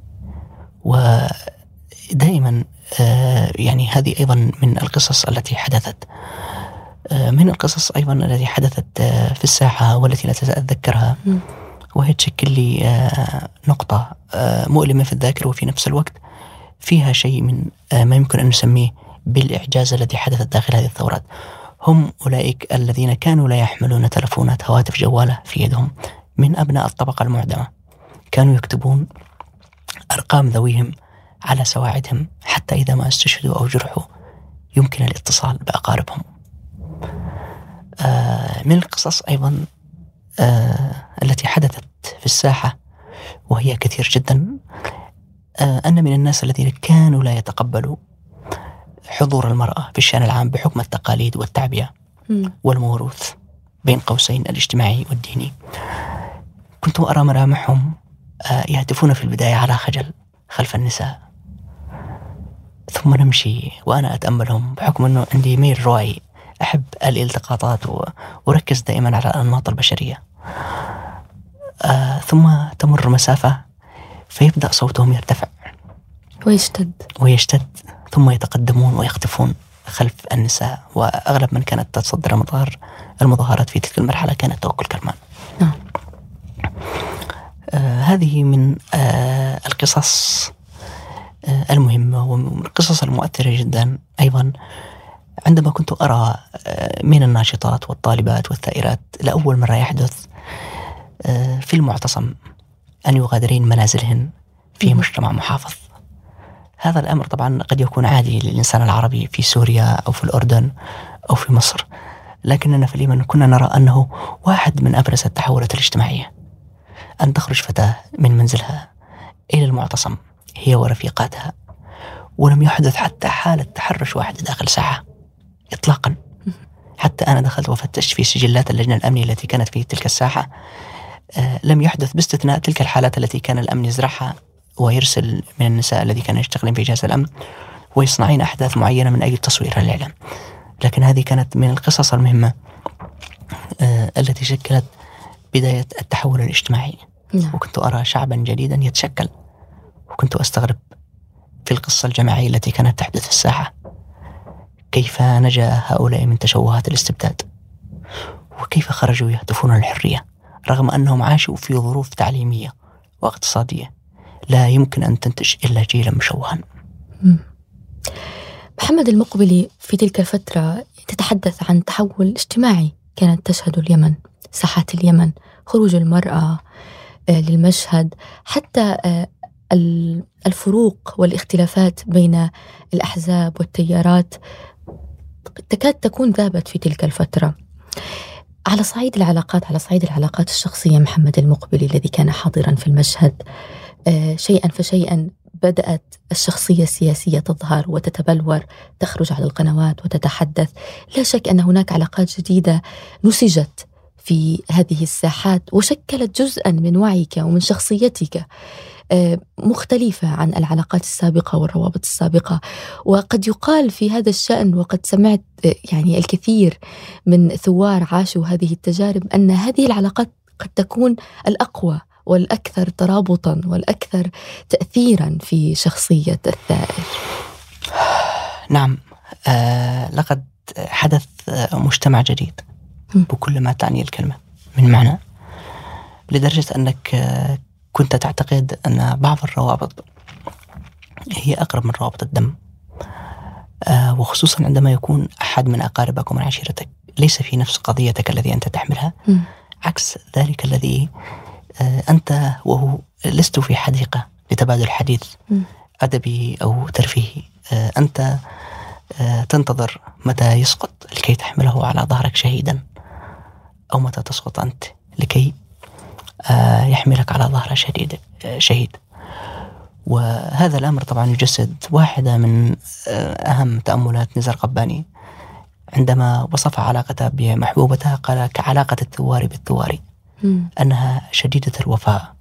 ودائما يعني هذه أيضا من القصص التي حدثت، من القصص أيضا التي حدثت في الساحة والتي لا أتذكرها، وهي تشكل لي نقطة مؤلمة في الذاكرة، وفي نفس الوقت فيها شيء من ما يمكن أن نسميه بالإعجاز الذي حدث داخل هذه الثورات. هم أولئك الذين كانوا لا يحملون تلفونات هواتف جوالة في يدهم، من أبناء الطبقة المعدمة، كانوا يكتبون أرقام ذويهم على سواعدهم حتى إذا ما استشهدوا أو جرحوا يمكن الاتصال بأقاربهم. من القصص أيضا التي حدثت في الساحة وهي كثير جدا، أن من الناس الذين كانوا لا يتقبلوا حضور المرأة في الشأن العام بحكم التقاليد والتعبئة والموروث بين قوسين الاجتماعي والديني، كنت أرى ملامحهم يهتفون في البداية على خجل خلف النساء، ثم نمشي وأنا أتأملهم بحكم أنه عندي ميل روائي، أحب الالتقاطات وأركز دائما على الأنماط البشرية. ثم تمر مسافة فيبدأ صوتهم يرتفع ويشتد ثم يتقدمون ويختفون خلف النساء، وأغلب من كانت تتصدر المظاهرات في تلك المرحلة كانت توكل كرمان. هذه من القصص المهمة ومن القصص المؤثرة جدا. أيضا عندما كنت أرى من الناشطات والطالبات والثائرات لأول مرة يحدث في المعتصم أن يغادرين منازلهن في مجتمع محافظ. هذا الأمر طبعا قد يكون عادي للإنسان العربي في سوريا أو في الأردن أو في مصر، لكننا في اليمن كنا نرى أنه واحد من أبرز التحولات الاجتماعية أن تخرج فتاة من منزلها إلى المعتصم هي ورفيقاتها، ولم يحدث حتى حالة تحرش واحدة داخل ساحة إطلاقا. حتى أنا دخلت وفتشت في سجلات اللجنة الأمنية التي كانت في تلك الساحة، لم يحدث باستثناء تلك الحالات التي كان الأمن يزرعها ويرسل من النساء الذي كانوا يشتغلين في جهاز الأمن ويصنعين أحداث معينة من أجل تصوير الإعلام. لكن هذه كانت من القصص المهمة التي شكلت بداية التحول الاجتماعي. وكنت أرى شعبا جديدا يتشكل، وكنت أستغرب في القصة الجماعية التي كانت تحدث في الساحة كيف نجا هؤلاء من تشوهات الاستبداد، وكيف خرجوا يهتفون للحرية رغم أنهم عاشوا في ظروف تعليمية واقتصادية لا يمكن أن تنتج إلا جيلا مشوها. محمد المقبلي، في تلك الفترة تتحدث عن تحول اجتماعي كانت تشهد اليمن، ساحات اليمن، خروج المرأة للمشهد، حتى الفروق والاختلافات بين الأحزاب والتيارات تكاد تكون ذابت في تلك الفترة. على صعيد العلاقات الشخصية، محمد المقبلي الذي كان حاضرا في المشهد، شيئا فشيئا بدأت الشخصية السياسية تظهر وتتبلور، تخرج على القنوات وتتحدث. لا شك أن هناك علاقات جديدة نسجت في هذه الساحات وشكلت جزءا من وعيك ومن شخصيتك، مختلفة عن العلاقات السابقة والروابط السابقة. وقد يقال في هذا الشأن، وقد سمعت يعني الكثير من ثوار عاشوا هذه التجارب، أن هذه العلاقات قد تكون الأقوى والأكثر ترابطا والأكثر تأثيرا في شخصية الثائر. نعم، لقد حدث مجتمع جديد بكل ما تعني الكلمة من معنى، لدرجة أنك كنت تعتقد أن بعض الروابط هي أقرب من روابط الدم، وخصوصا عندما يكون أحد من أقاربك ومن عشيرتك ليس في نفس قضيتك الذي أنت تحملها، عكس ذلك الذي أنت وهو لست في حديقة لتبادل حديث أدبي أو ترفيهي، أنت تنتظر متى يسقط لكي تحمله على ظهرك شهيدا، أو متى تسقط أنت لكي يحملك على ظهر شهيد. وهذا الأمر طبعا يجسد واحدة من أهم تأملات نزار قباني عندما وصف علاقتها بمحبوبتها، قال كعلاقة الثوار بالثوار، أنها شديدة الوفاء،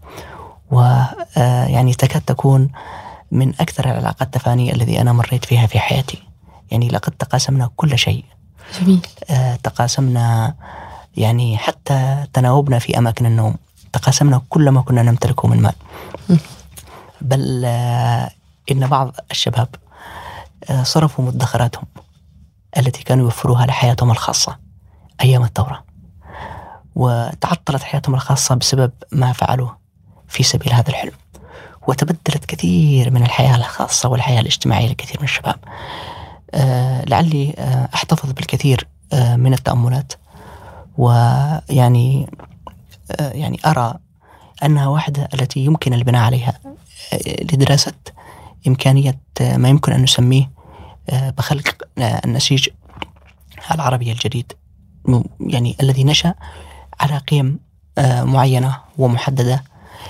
ويعني تكاد تكون من أكثر العلاقات تفاني الذي أنا مريت فيها في حياتي. يعني لقد تقاسمنا كل شيء. جميل. تقاسمنا يعني حتى تناوبنا في أماكن النوم، تقاسمنا كل ما كنا نمتلكه من مال. بل إن بعض الشباب صرفوا مدخراتهم التي كانوا يوفروها لحياتهم الخاصة أيام الثورة، وتعطلت حياتهم الخاصة بسبب ما فعلوه في سبيل هذا الحلم، وتبدلت كثير من الحياة الخاصة والحياة الاجتماعية لكثير من الشباب. لعلي أحتفظ بالكثير من التأملات، ويعني أرى أنها واحدة التي يمكن البناء عليها لدراسة إمكانية ما يمكن أن نسميه بخلق النسيج العربي الجديد، يعني الذي نشأ على قيم معينة ومحددة،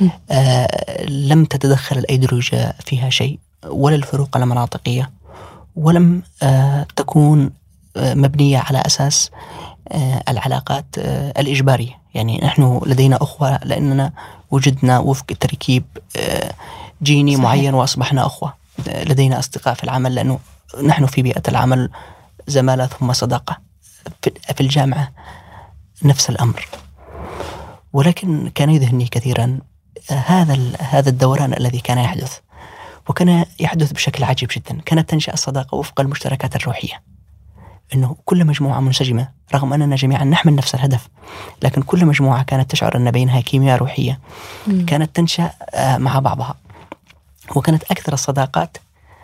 لم تتدخل الأيديولوجيا فيها شيء، ولا الفروق المناطقية، ولم تكون مبنية على أساس العلاقات الإجبارية. يعني نحن لدينا أخوة لأننا وجدنا وفق تركيب جيني معين وأصبحنا أخوة. لدينا أصدقاء في العمل لأنه نحن في بيئة العمل زمالة ثم صداقة. في الجامعة نفس الأمر. ولكن كان يذهلني كثيرا هذا الدوران الذي كان يحدث، وكان يحدث بشكل عجيب جدا. كانت تنشأ الصداقة وفق المشتركات الروحية، أنه كل مجموعة منسجمة رغم أننا جميعا نحمل نفس الهدف، لكن كل مجموعة كانت تشعر أن بينها كيمياء روحية كانت تنشأ مع بعضها. وكانت أكثر الصداقات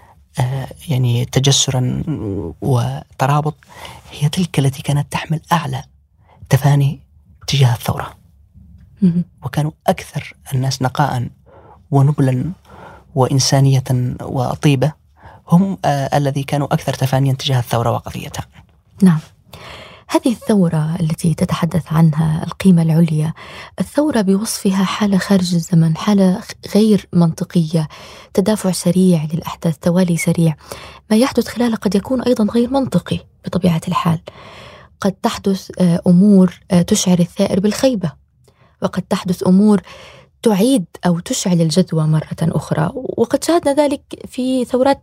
يعني تجسرا وترابط هي تلك التي كانت تحمل أعلى تفاني تجاه الثورة، وكانوا أكثر الناس نقاء ونبلا وإنسانية وطيبة هم الذي كانوا أكثر تفانيا تجاه الثورة وقضيتها. نعم، هذه الثورة التي تتحدث عنها القيمة العليا، الثورة بوصفها حالة خارج الزمن، حالة غير منطقية، تدافع سريع للأحداث، توالي سريع. ما يحدث خلاله قد يكون أيضا غير منطقي بطبيعة الحال. قد تحدث أمور تشعر الثائر بالخيبة، وقد تحدث أمور تعيد أو تشعل الجدوى مرة أخرى، وقد شاهدنا ذلك في ثورات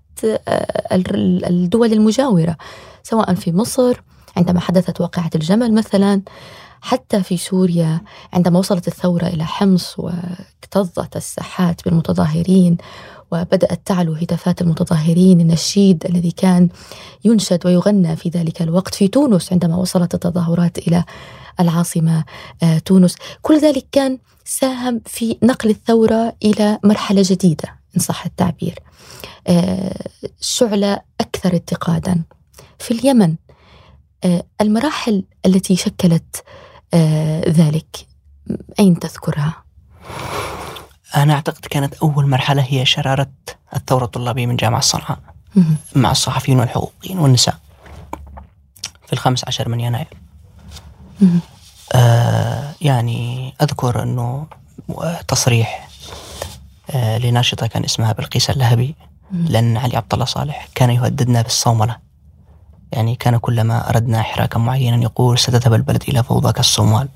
الدول المجاورة، سواء في مصر عندما حدثت واقعة الجمل مثلا، حتى في سوريا عندما وصلت الثورة إلى حمص واكتظت الساحات بالمتظاهرين وبدأت تعلو هتافات المتظاهرين، النشيد الذي كان ينشد ويغنى في ذلك الوقت. في تونس عندما وصلت التظاهرات إلى العاصمة تونس، كل ذلك كان ساهم في نقل الثورة إلى مرحلة جديدة إن صح التعبير، شعلة أكثر اتقادا. في اليمن المراحل التي شكلت ذلك أين تذكرها؟ أنا أعتقد كانت أول مرحلة هي شرارة الثورة الطلابية من جامعة صنعاء مع الصحفيين والحقوقيين والنساء في 15 من يناير. يعني أذكر أنه تصريح لناشطة كان اسمها بلقيس اللهبي، لأن علي عبد الله صالح كان يهددنا بالصوملة. يعني كان كلما أردنا إحراكا معينا يقول ستذهب البلد إلى فوضى كالصومال.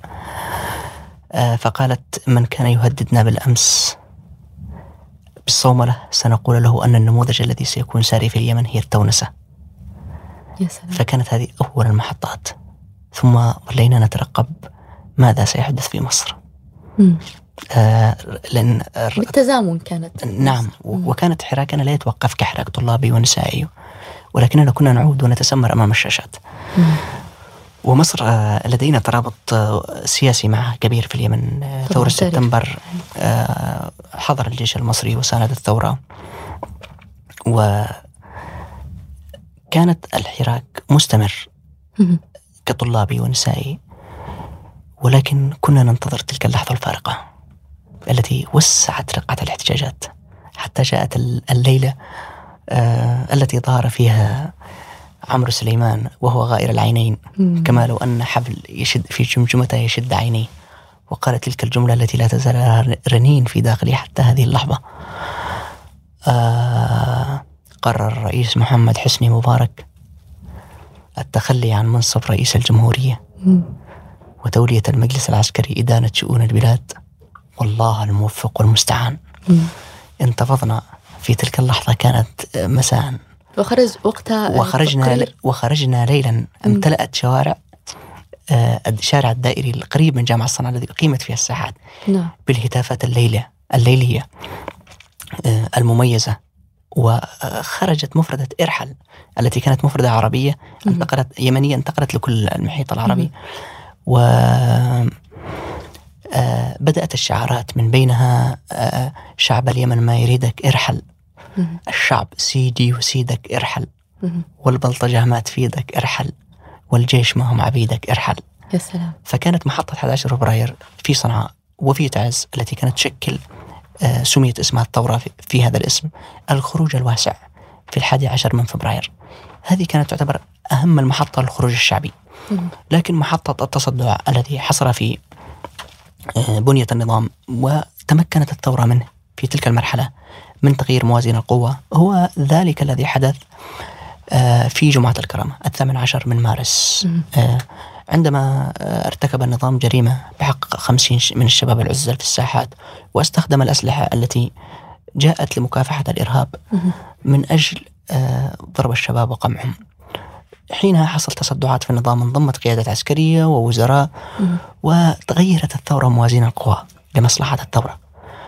فقالت من كان يهددنا بالأمس بالصوملة سنقول له أن النموذج الذي سيكون ساري في اليمن هي التونسة. يا سلام. فكانت هذه أول المحطات، ثم ولينا نترقب ماذا سيحدث في مصر. لأن بالتزامن كانت. نعم. وكانت حراكنا لا يتوقف كحراك طلابي ونسائي، ولكننا كنا نعود ونتسمر أمام الشاشات. ومصر لدينا ترابط سياسي معها كبير في اليمن. ثورة سبتمبر حضر الجيش المصري وساند الثورة، وكانت الحراك مستمر كطلابي ونسائي، ولكن كنا ننتظر تلك اللحظة الفارقة التي وسعت رقعة الاحتجاجات حتى جاءت الليلة التي ظهر فيها عمرو سليمان وهو غائر العينين، كما لو أن حبل يشد في جمجمته يشد عينيه، وقال تلك الجملة التي لا تزال رنين في داخلي حتى هذه اللحظة. قرر الرئيس محمد حسني مبارك التخلي عن منصب رئيس الجمهورية وتولية المجلس العسكري إدانة شؤون البلاد، والله الموفق والمستعان. انتفضنا في تلك اللحظة، كانت مساء، وخرج وقتها وخرجنا ليلا. امتلأت شارع الدائري القريب من جامعة الصنعاء الذي أقيمت فيها الساحات بالهتافات الليلية المميزة. وخرجت مفردة ارحل التي كانت مفردة عربية يمنية انتقلت لكل المحيط العربي. وبدأت الشعارات من بينها شعب اليمن ما يريدك ارحل، الشعب سيدي وسيدك ارحل، والبلطجة ما تفيدك ارحل، والجيش ما هم عبيدك ارحل. يا سلام. فكانت محطة 11 فبراير في صنعاء وفي تعز التي كانت تشكل سميت اسمها الثورة في هذا الاسم الخروج الواسع في 11 من فبراير. هذه كانت تعتبر أهم المحطة للخروج الشعبي. لكن محطة التصدع الذي حصل في بنية النظام وتمكنت الثورة منه في تلك المرحلة من تغيير موازين القوة هو ذلك الذي حدث في جمعة الكرامة 18 من مارس، عندما ارتكب النظام جريمة بحق 50 من الشباب العزل في الساحات، واستخدم الأسلحة التي جاءت لمكافحة الإرهاب من أجل ضرب الشباب وقمعهم. حينها حصل تصدعات في النظام، انضمت قيادات عسكرية ووزراء، وتغيرت الثورة موازين القوى لمصلحة الثورة.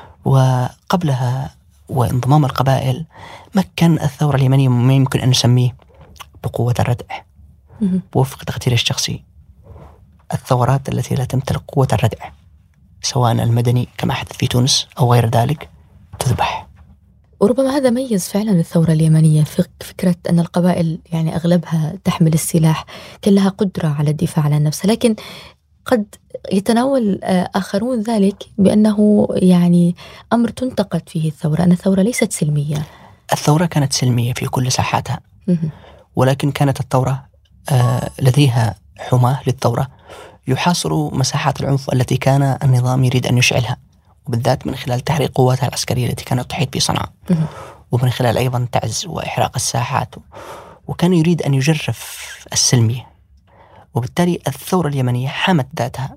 وقبلها وانضمام القبائل مكن الثورة اليمنية ما يمكن أن نسميه بقوة الردع. وفق تقديري الشخصي الثورات التي لا تمتلك قوة الردع سواء المدني كما حدث في تونس أو غير ذلك تذبح. وربما هذا ميز فعلا الثورة اليمنية، فكرة أن القبائل يعني أغلبها تحمل السلاح، كان لها قدرة على الدفاع عن النفس. لكن قد يتناول آخرون ذلك بأنه يعني أمر تنتقد فيه الثورة، أن الثورة ليست سلمية. الثورة كانت سلمية في كل ساحاتها، ولكن كانت الثورة لديها حماة للثورة يحاصر مساحات العنف التي كان النظام يريد أن يشعلها، وبالذات من خلال تحريق قواتها العسكرية التي كانت تحيط بصنعاء، ومن خلال أيضا تعز وإحراق الساحات، وكان يريد أن يجرف السلمية. وبالتالي الثورة اليمنية حمت ذاتها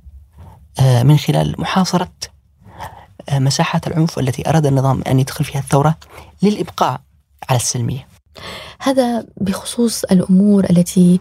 من خلال محاصرة مساحات العنف التي أراد النظام أن يدخل فيها الثورة للإبقاء على السلمية. هذا بخصوص الأمور التي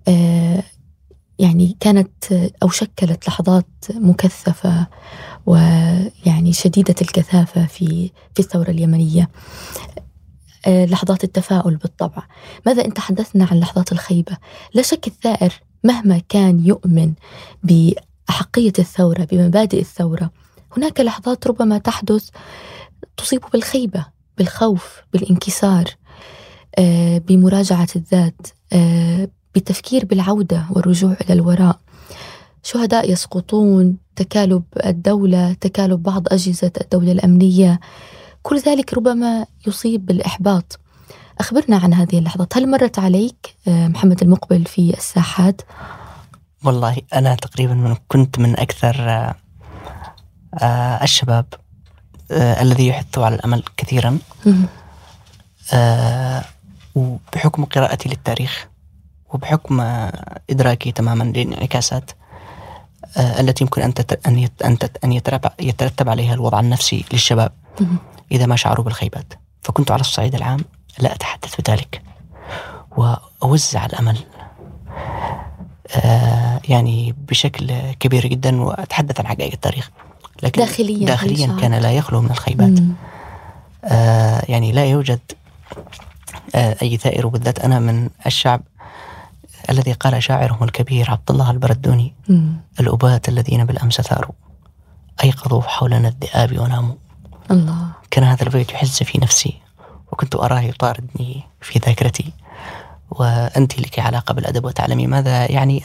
يعني كانت أو شكلت لحظات مكثفة ويعني شديدة الكثافة في الثورة اليمنية، لحظات التفاؤل بالطبع. ماذا إن تحدثنا عن لحظات الخيبة؟ لا شك الثائر مهما كان يؤمن بأحقية الثورة بمبادئ الثورة، هناك لحظات ربما تحدث تصيب بالخيبة، بالخوف، بالانكسار، بمراجعة الذات، بالتفكير بالعودة والرجوع إلى الوراء. شهداء يسقطون، تكالب الدولة، تكالب بعض أجهزة الدولة الأمنية، كل ذلك ربما يصيب بالإحباط. أخبرنا عن هذه اللحظات، هل مرت عليك محمد المقبل في الساحات؟ والله أنا تقريبا كنت من أكثر الشباب الذي يحث على الأمل كثيرا، وبحكم قراءتي للتاريخ وبحكم إدراكي تماما للانعكاسات التي يمكن أن يترتب عليها الوضع النفسي للشباب إذا ما شعروا بالخيبات. فكنت على الصعيد العام لا أتحدث بذلك وأوزع الأمل يعني بشكل كبير جدا، وأتحدث عن حقائق التاريخ، لكن داخليا كان لا يخلو من الخيبات. يعني لا يوجد أي ثائر، وبالذات أنا من الشعب الذي قال شاعرهم الكبير عبد الله البردوني: الأبات الذين بالأمس ثاروا أيقظوا حولنا الذئاب وناموا. الله. كان هذا البيت يحز في نفسي، وكنت أراه يطاردني في ذاكرتي. وأنت لك علاقة بالأدب وتعلمي ماذا يعني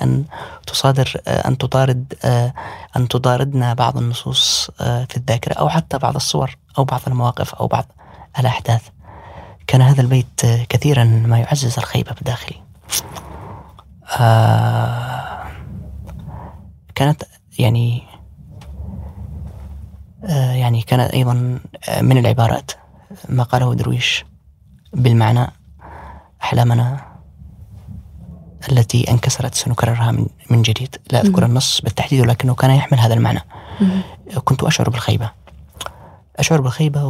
أن تطاردنا بعض النصوص في الذاكرة، أو حتى بعض الصور أو بعض المواقف أو بعض الأحداث. كان هذا البيت كثيرا ما يعزز الخيبة بداخلي. كانت كانت أيضا من العبارات ما قاله درويش بالمعنى: أحلامنا التي انكسرت سنكررها من جديد. لا أذكر النص بالتحديد، ولكنه كان يحمل هذا المعنى. كنت أشعر بالخيبة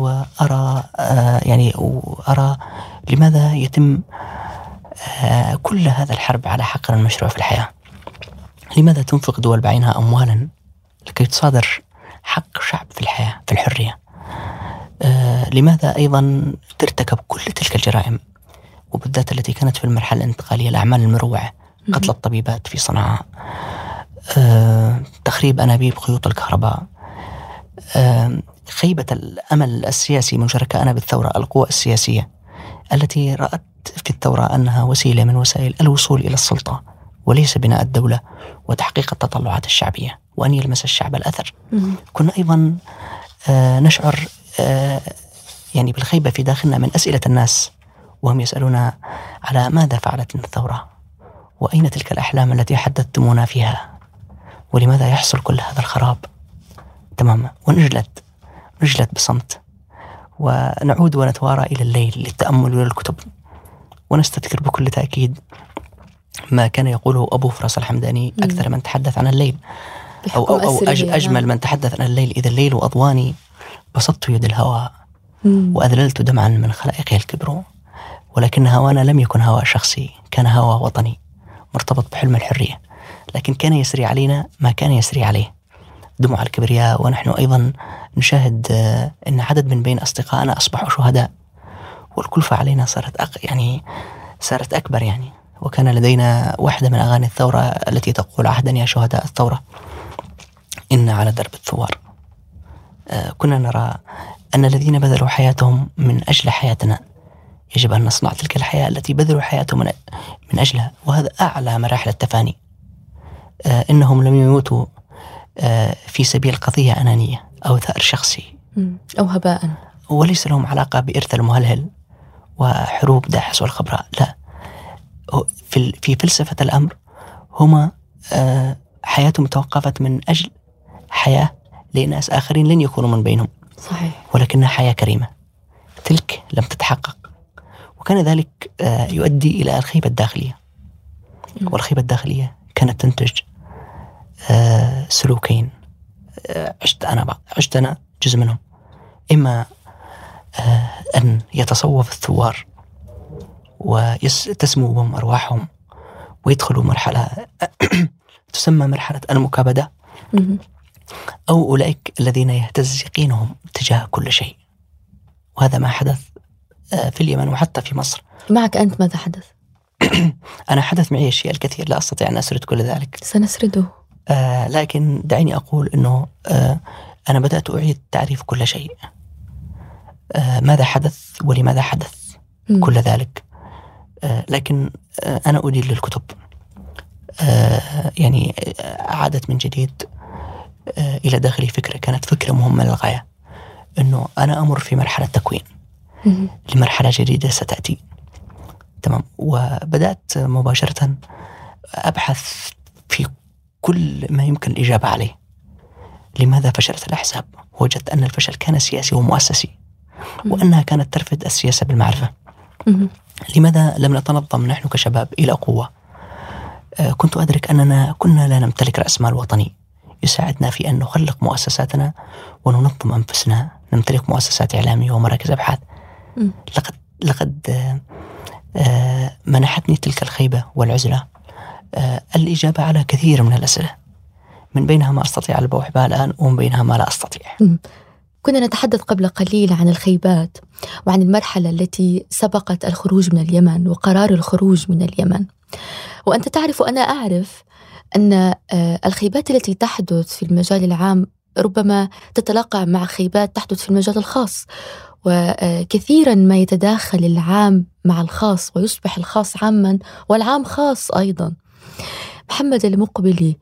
وأرى لماذا يتم كل هذا الحرب على حقنا المشروع في الحياة. لماذا تنفق دول بعينها أموالا لكي تصادر حق شعب في الحياة في الحرية؟ لماذا أيضا ترتكب كل تلك الجرائم، وبالذات التي كانت في المرحلة الانتقالية، الأعمال المروعة، قتل الطبيبات في صنعاء، تخريب أنابيب خيوط الكهرباء، خيبة الأمل السياسي من شركائنا بالثورة، القوى السياسية التي رأت في الثورة أنها وسيلة من وسائل الوصول إلى السلطة وليس بناء الدولة وتحقيق التطلعات الشعبية وأن يلمس الشعب الأثر. كنا أيضا نشعر بالخيبة في داخلنا من أسئلة الناس وهم يسألون على ماذا فعلت الثورة، وأين تلك الأحلام التي حدثتمونا فيها، ولماذا يحصل كل هذا الخراب تماما. ونجلد بصمت، ونعود ونتوارى إلى الليل للتأمل والكتب، ونستذكر بكل تأكيد ما كان يقوله أبو فراس الحمداني: أكثر من تحدث عن الليل أو أجمل من تحدث عن الليل: إذا الليل أضواني بسطت يد الهوى وأذللت دمعا من خلائقه الكبر، ولكن هوانا لم يكن هوى شخصي، كان هوى وطني مرتبط بحلم الحرية، لكن كان يسري علينا ما كان يسري عليه دموع الكبرياء. ونحن أيضا نشاهد أن عدد من بين أصدقائنا أصبحوا شهداء، والكلفة علينا صارت أكبر وكان لدينا واحدة من أغاني الثورة التي تقول: عهدا يا شهداء الثورة إن على درب الثوار. كنا نرى أن الذين بذلوا حياتهم من أجل حياتنا يجب أن نصنع تلك الحياة التي بذلوا حياتهم من أجلها، وهذا أعلى مراحل التفاني. إنهم لم يموتوا في سبيل قضية أنانية أو ثأر شخصي أو هباء، وليس لهم علاقة بإرث المهلهل وحروب داحس والخبراء. لا، في فلسفة الأمر هما حياتهم توقفت من أجل حياة لناس آخرين لن يكونوا من بينهم، صحيح، ولكنها حياة كريمة. تلك لم تتحقق، وكان ذلك يؤدي إلى الخيبة الداخلية. والخيبة الداخلية كانت تنتج سلوكين عشت أنا جزء منهم: إما أن يتصوف الثوار وتسمو بهم أرواحهم ويدخلوا مرحلة تسمى مرحلة المكابدة، أو أولئك الذين يهتز يقينهم تجاه كل شيء. وهذا ما حدث في اليمن وحتى في مصر. معك أنت ماذا حدث؟ أنا حدث معي أشياء الكثير لا أستطيع أن أسرد كل ذلك، سنسرده. لكن دعيني أقول أنه أنا بدأت أعيد تعريف كل شيء، ماذا حدث ولماذا حدث كل ذلك. لكن أنا أدير للكتب، عادت من جديد إلى داخلي فكرة كانت فكرة مهمة للغاية، أنه أنا أمر في مرحلة تكوين لمرحلة جديدة ستأتي. تمام. وبدأت مباشرة أبحث في كل ما يمكن الإجابة عليه. لماذا فشلت الأحزاب؟ وجدت أن الفشل كان سياسي ومؤسسي، وأنها كانت ترفض السياسة بالمعرفة. لماذا لم نتنظم نحن كشباب إلى قوة؟ كنت أدرك أننا كنا لا نمتلك رأس مال وطني يساعدنا في أن نخلق مؤسساتنا وننظم أنفسنا، نمتلك مؤسسات إعلامية ومراكز أبحاث. لقد منحتني تلك الخيبة والعزلة الإجابة على كثير من الأسئلة، من بينها ما أستطيع البوح بها الآن، ومن بينها ما لا أستطيع. كنا نتحدث قبل قليل عن الخيبات وعن المرحلة التي سبقت الخروج من اليمن وقرار الخروج من اليمن. وأنت تعرف وأنا أعرف أن الخيبات التي تحدث في المجال العام ربما تتلاقى مع خيبات تحدث في المجال الخاص، وكثيرا ما يتداخل العام مع الخاص ويصبح الخاص عاما والعام خاص أيضا. محمد المقبلي،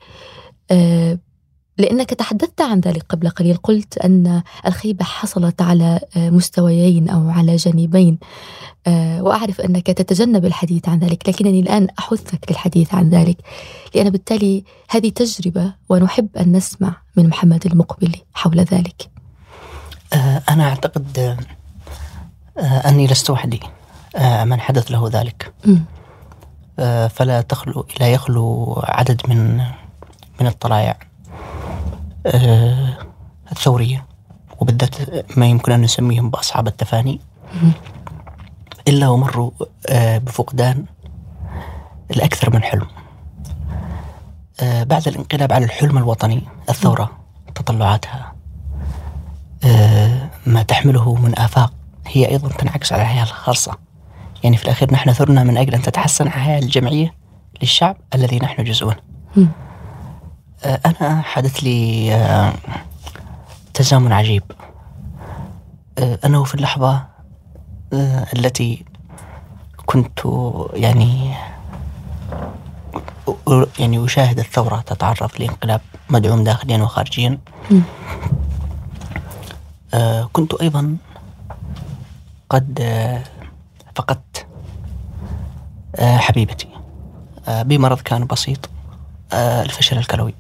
لأنك تحدثت عن ذلك قبل قليل، قلت أن الخيبة حصلت على مستويين أو على جانبين، وأعرف أنك تتجنب الحديث عن ذلك، لكنني الآن أحثك للحديث عن ذلك، لأن بالتالي هذه تجربة ونحب أن نسمع من محمد المقبلي حول ذلك. أنا أعتقد أني لست وحدي من حدث له ذلك. فلا يخلو عدد من الطلائع الثورية، وبالذات ما يمكن أن نسميهم بأصحاب التفاني، إلا ومروا بفقدان الأكثر من حلم. بعد الانقلاب على الحلم الوطني، الثورة، تطلعاتها، ما تحمله من آفاق، هي أيضا تنعكس على الحياة الخاصة. يعني في الأخير نحن ثرنا من أجل أن تتحسن الحياة الجمعية للشعب الذي نحن جزء منه. أنا حدث لي تزامن عجيب، أنه في اللحظة التي كنت يعني أشاهد الثورة تتعرض لانقلاب مدعوم داخليا وخارجيا، كنت أيضا قد فقدت حبيبتي بمرض كان بسيط، الفشل الكلوي،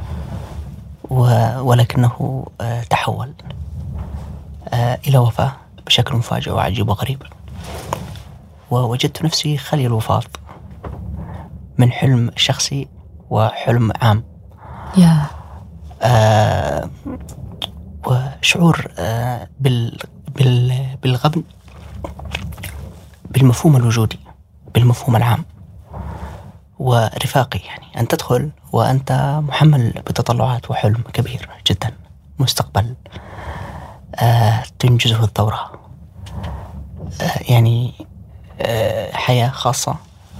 ولكنه تحول إلى وفاة بشكل مفاجئ وعجيب وغريب. ووجدت نفسي خالي الوفاة من حلم شخصي وحلم عام. وشعور بالغبن بالمفهوم الوجودي، بالمفهوم العام ورفاقي. يعني أن تدخل وأنت محمل بتطلعات وحلم كبير جدا، مستقبل تنجزه الثورة، يعني حياة خاصة،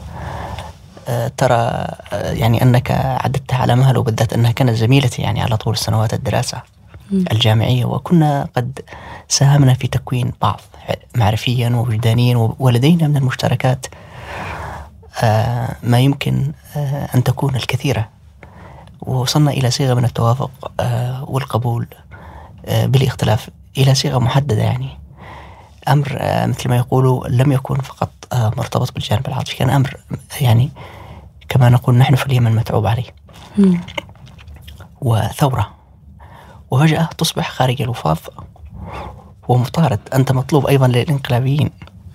ترى يعني أنك عددتها على مهل، وبالذات أنها كانت زميلتي يعني على طول سنوات الدراسة الجامعية، وكنا قد ساهمنا في تكوين بعض معرفيا ووجدانيا، ولدينا من المشتركات ما يمكن أن تكون الكثيرة، ووصلنا إلى صيغة من التوافق والقبول بالاختلاف إلى صيغة محددة. يعني أمر مثل ما يقولوا لم يكن فقط مرتبط بالجانب العاطفي، كان أمر يعني كما نقول نحن في اليمن متعوب عليه. وثورة، وفجأة تصبح خارج الوفاف ومطارد، أنت مطلوب أيضا للإنقلابيين،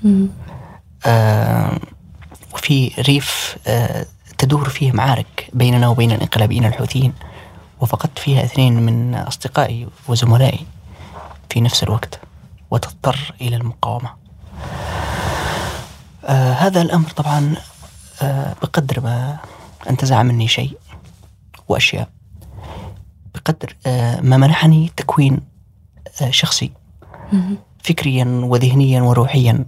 وفي ريف تدور فيه معارك بيننا وبين الإنقلابيين الحوثيين، وفقدت فيها 2 من أصدقائي وزملائي في نفس الوقت، وتضطر إلى المقاومة. هذا الأمر طبعا بقدر ما انتزع مني شيء وأشياء، بقدر ما منحني تكوين شخصي فكريا وذهنيا وروحيا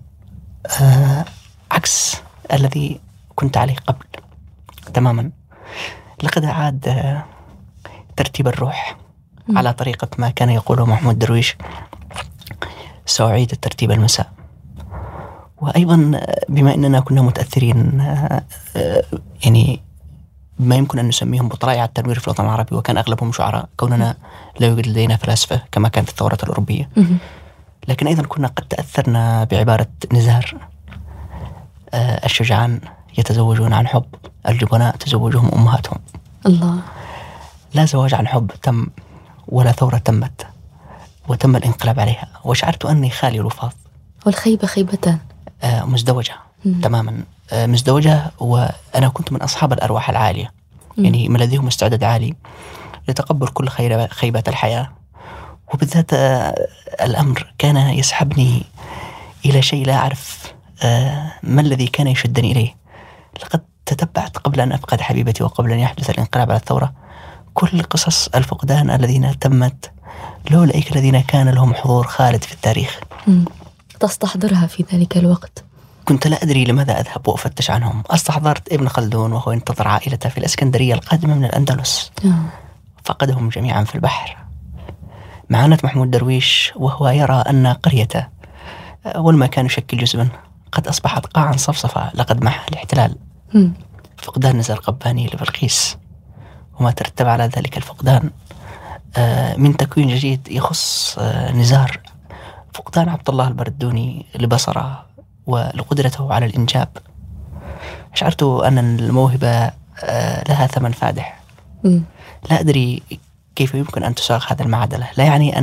عكس الذي كنت عليه قبل تماما. لقد أعاد ترتيب الروح على طريقة ما كان يقوله محمود درويش: سأعيد الترتيب المساء. وأيضا بما أننا كنا متأثرين يعني ما يمكن أن نسميهم بطلائع التنوير في الوطن العربي، وكان أغلبهم شعراء، كوننا لا يوجد لدينا فلاسفة كما كانت الثورة الأوروبية، لكن أيضا كنا قد تأثرنا بعبارة نزار: الشجعان يتزوجون عن حب، الجبناء تزوجهم أمهاتهم. الله. لا زواج عن حب تم، ولا ثورة تمت وتم الانقلاب عليها، وشعرت أني خالي الوفاض. والخيبة خيبتان مزدوجة تماما، مزدوجة. وأنا كنت من أصحاب الأرواح العالية، يعني من لديهم استعداد عالي لتقبل كل خيبات الحياة، وبالذات الأمر كان يسحبني إلى شيء لا أعرف ما الذي كان يشدني إليه. لقد تتبعت قبل أن أفقد حبيبتي وقبل أن يحدث الانقلاب على الثورة كل قصص الفقدان الذين تمت لولا الذين كان لهم حضور خالد في التاريخ. تستحضرها في ذلك الوقت؟ كنت لا أدري لماذا أذهب وأفتش عنهم. استحضرت ابن خلدون وهو ينتظر عائلته في الإسكندرية القادمة من الأندلس، فقدهم جميعا في البحر. معاناة محمود درويش وهو يرى أن قريته والمكان يشكل جزء منه قد أصبحت قاعا صفصفة لقد محى الاحتلال. فقدان نزار قباني لبلقيس وما ترتب على ذلك الفقدان من تكوين جديد يخص نزار. فقدان عبد الله البردوني لبصره ولقدرته على الإنجاب. شعرت أن الموهبة لها ثمن فادح. لا أدري كيف يمكن أن تساق هذا المعادلة. لا يعني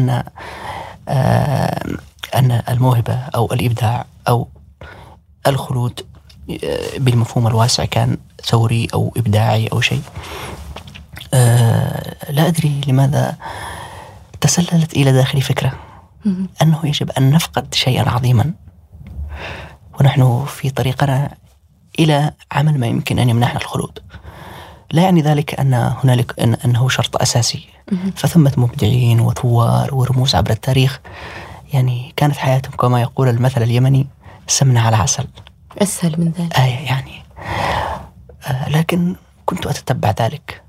أن الموهبة أو الإبداع أو الخلود بالمفهوم الواسع كان ثوري أو إبداعي أو شيء. لا أدري لماذا تسللت إلى داخلي فكرة أنه يجب أن نفقد شيئا عظيما ونحن في طريقنا إلى عمل ما يمكن أن يمنحنا الخلود. لا يعني ذلك أنه شرط أساسي، فثمة مبدعين وثوار ورموز عبر التاريخ يعني كانت حياتهم كما يقول المثل اليمني سمنة على عسل. أسهل من ذلك يعني لكن كنت أتتبع ذلك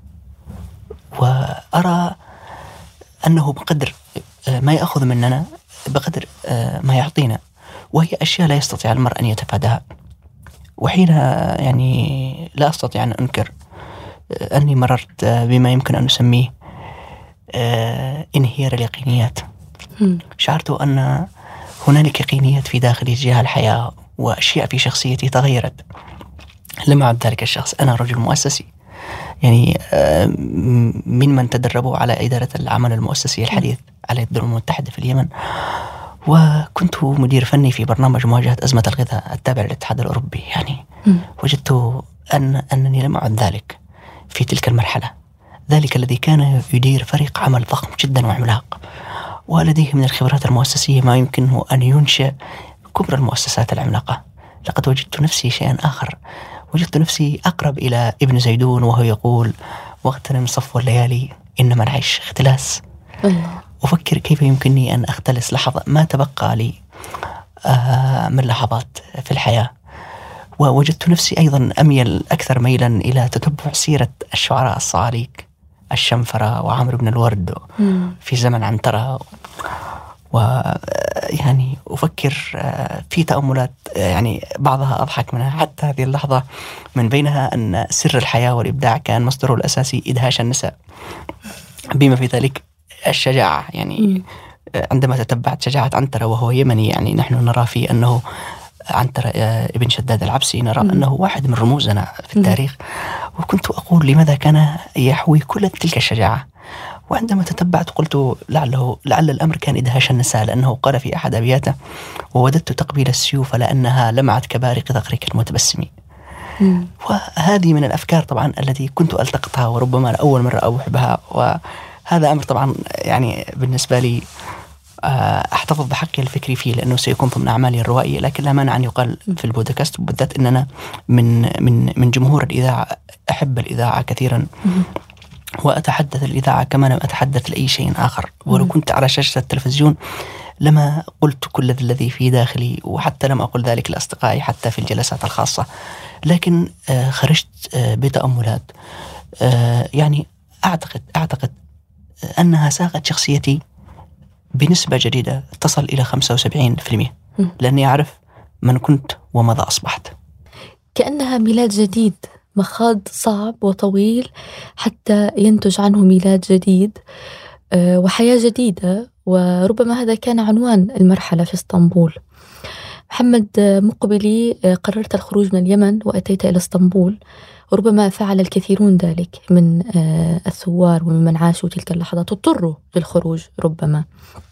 وأرى أنه بقدر ما يأخذ مننا بقدر ما يعطينا، وهي أشياء لا يستطيع المرء أن يتفاداها. وحينها يعني لا أستطيع أن أنكر أني مررت بما يمكن أن نسميه انهيار اليقينيات. شعرت أن هنالك يقينيات في داخلي تجاه الحياة وأشياء في شخصيتي تغيرت. لم أعد ذلك الشخص. أنا رجل مؤسسي يعني من تدربوا على إدارة العمل المؤسسي الحديث على يد الأمم المتحدة في اليمن، وكنت مدير فني في برنامج مواجهة أزمة الغذاء التابع للاتحاد الأوروبي. يعني وجدت أنني لم أعد ذلك في تلك المرحلة. ذلك الذي كان يدير فريق عمل ضخم جدا وعملاق ولديه من الخبرات المؤسسية ما يمكنه أن ينشئ كبرى المؤسسات العملاقة. لقد وجدت نفسي شيئا آخر. وجدت نفسي أقرب إلى ابن زيدون وهو يقول واغتنم صفو الليالي إنما العيش اختلاس. أفكر كيف يمكنني أن أختلس لحظة ما تبقى لي من لحظات في الحياة. ووجدت نفسي أيضا أميل أكثر ميلا إلى تتبع سيرة الشعراء الصعاليك الشنفرة وعمرو بن الورد في زمن عنترة. ويعني أفكر في تأملات يعني بعضها أضحك منها حتى هذه اللحظة، من بينها أن سر الحياة والإبداع كان مصدره الأساسي إدهاش النساء بما في ذلك الشجاعة. يعني عندما تتبعت شجاعة عنترة وهو يمني، يعني نحن نرى فيه أنه عنترة ابن شداد العبسي نرى أنه واحد من رموزنا في التاريخ. وكنت أقول لماذا كان يحوي كل تلك الشجاعة؟ وعندما تتبعت قلت لعل الأمر كان إدهاش النساء، لأنه قال في أحد أبياته ووددت تقبيل السيوف لأنها لمعت كبارق ذخرك المتبسم. وهذه من الأفكار طبعا التي كنت ألتقطها وربما لأول مرة أبوح بها. وهذا أمر طبعا يعني بالنسبة لي أحتفظ بحقي الفكري فيه لأنه سيكون ضمن أعمالي الروائية. لكن لا مانع أن يقال في البودكاست بالذات أننا من جمهور الإذاعة، أحب الإذاعة كثيرا وأتحدث الإذاعة كما لم أتحدث لأي شيء آخر. ولو كنت على شاشة التلفزيون لما قلت كل الذي في داخلي، وحتى لم أقل ذلك لأصدقائي حتى في الجلسات الخاصة. لكن خرجت بتأملات يعني أعتقد أنها ساقت شخصيتي بنسبة جديدة تصل إلى 75%، لأني أعرف من كنت وماذا أصبحت. كأنها ميلاد جديد، مخاض صعب وطويل حتى ينتج عنه ميلاد جديد وحياة جديدة. وربما هذا كان عنوان المرحلة في اسطنبول. محمد مقبلي، قررت الخروج من اليمن وأتيت إلى اسطنبول، وربما فعل الكثيرون ذلك من الثوار ومن عاشوا تلك اللحظات واضطروا للخروج. ربما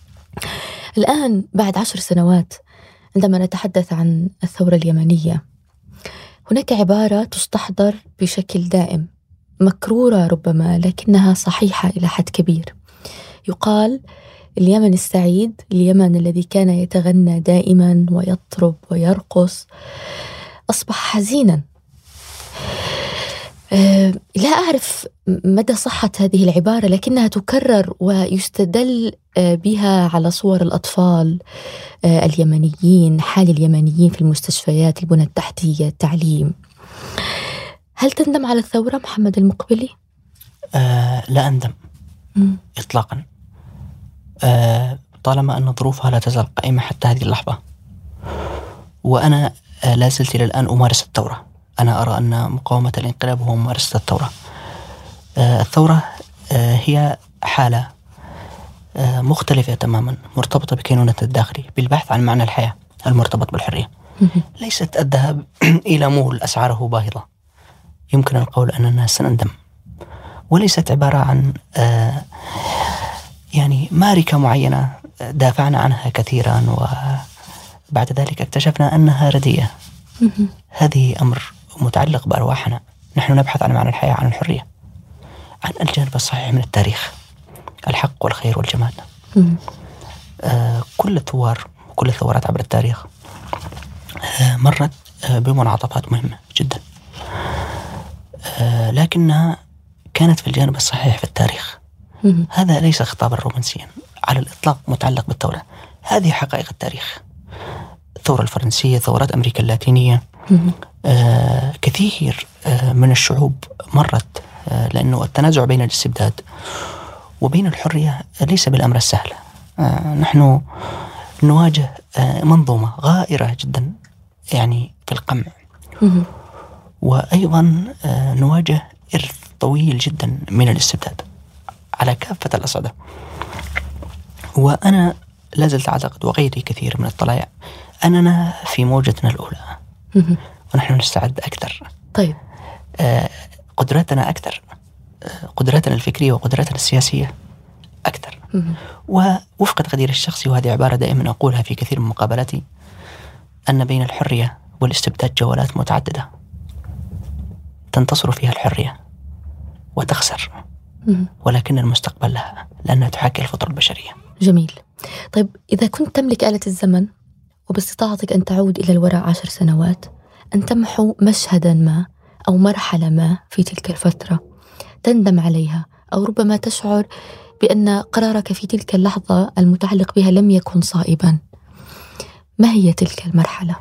الآن بعد 10 سنوات عندما نتحدث عن الثورة اليمنية، هناك عبارة تستحضر بشكل دائم، مكرورة ربما لكنها صحيحة إلى حد كبير. يقال اليمن السعيد، اليمن الذي كان يتغنى دائما ويطرب ويرقص، أصبح حزينا. لا أعرف مدى صحة هذه العبارة، لكنها تكرر ويستدل بها على صور الأطفال اليمنيين، حال اليمنيين في المستشفيات، البنى التحتية، التعليم. هل تندم على الثورة محمد المقبلي؟ لا أندم إطلاقا، طالما أن ظروفها لا تزال قائمة حتى هذه اللحظة، وأنا لا زلت إلى الآن أمارس الثورة. أنا أرى أن مقاومة الانقلاب هو ممارسة الثورة. الثورة هي حالة مختلفة تماما، مرتبطة بكينونة الداخلي، بالبحث عن معنى الحياة المرتبط بالحرية. ليست الذهاب إلى مول أسعاره باهظة يمكن القول أننا سنندم، وليست عبارة عن يعني ماركة معينة دافعنا عنها كثيرا وبعد ذلك اكتشفنا أنها رديئة. هذه أمر متعلق بأرواحنا. نحن نبحث عن معنى الحياة، عن الحرية، عن الجانب الصحيح من التاريخ، الحق والخير والجمال. كل الثوار وكل الثورات عبر التاريخ مرت بمنعطفات مهمة جدا، لكنها كانت في الجانب الصحيح في التاريخ. هذا ليس خطابا رومانسيا على الإطلاق متعلق بالثورة، هذه حقائق التاريخ. الثورة الفرنسية، ثورات أمريكا اللاتينية، كثير من الشعوب مرت، لأنه التنازع بين الاستبداد وبين الحرية ليس بالأمر السهل. نحن نواجه منظومة غائرة جدا يعني في القمع، وأيضا نواجه إرث طويل جدا من الاستبداد على كافة الأصعدة. وأنا لازلت أعتقد، وغيري كثير من الطلائع، أننا في موجتنا الأولى ونحن نستعد أكثر. طيب، قدراتنا أكثر، قدراتنا الفكرية وقدراتنا السياسية أكثر. ووفق تقدير الشخصي، وهذه عبارة دائما أقولها في كثير من مقابلاتي، أن بين الحرية والاستبداد جولات متعددة تنتصر فيها الحرية وتخسر، ولكن المستقبل لها، لأنها تحاكي الفطرة البشرية. جميل. طيب، إذا كنت تملك آلة الزمن وباستطاعتك أن تعود إلى الوراء 10 سنوات، أن تمحو مشهدا ما أو مرحلة ما في تلك الفترة تندم عليها، أو ربما تشعر بأن قرارك في تلك اللحظة المتعلق بها لم يكن صائبا، ما هي تلك المرحلة؟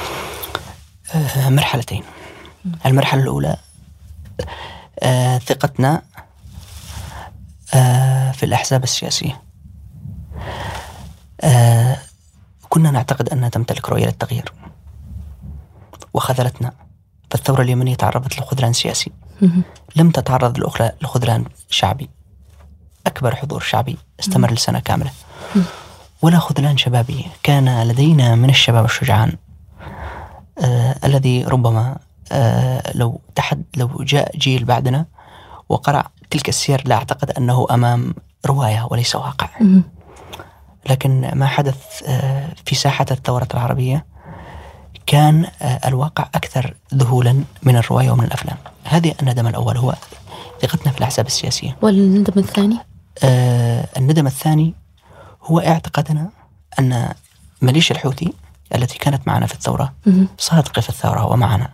مرحلتين. المرحلة الأولى ثقتنا في الأحزاب السياسية. كنا نعتقد أنها تمتلك رؤية للتغيير وخذلتنا. فالثورة اليمنية تعرضت لخذلان سياسي، لم تتعرض لخذلان شعبي. أكبر حضور شعبي استمر لسنة كاملة، ولا خذلان شبابي. كان لدينا من الشباب الشجعان الذي ربما لو جاء جيل بعدنا وقرأ تلك السير لا أعتقد أنه أمام رواية وليس واقع. لكن ما حدث في ساحة الثورة العربية كان الواقع أكثر ذهولا من الرواية ومن الأفلام. هذه الندم الأول، هو ثقتنا في الأحزاب السياسية. والندم الثاني؟ الندم الثاني هو اعتقادنا أن ميليشيا الحوثي التي كانت معنا في الثورة صادقة في الثورة ومعنا،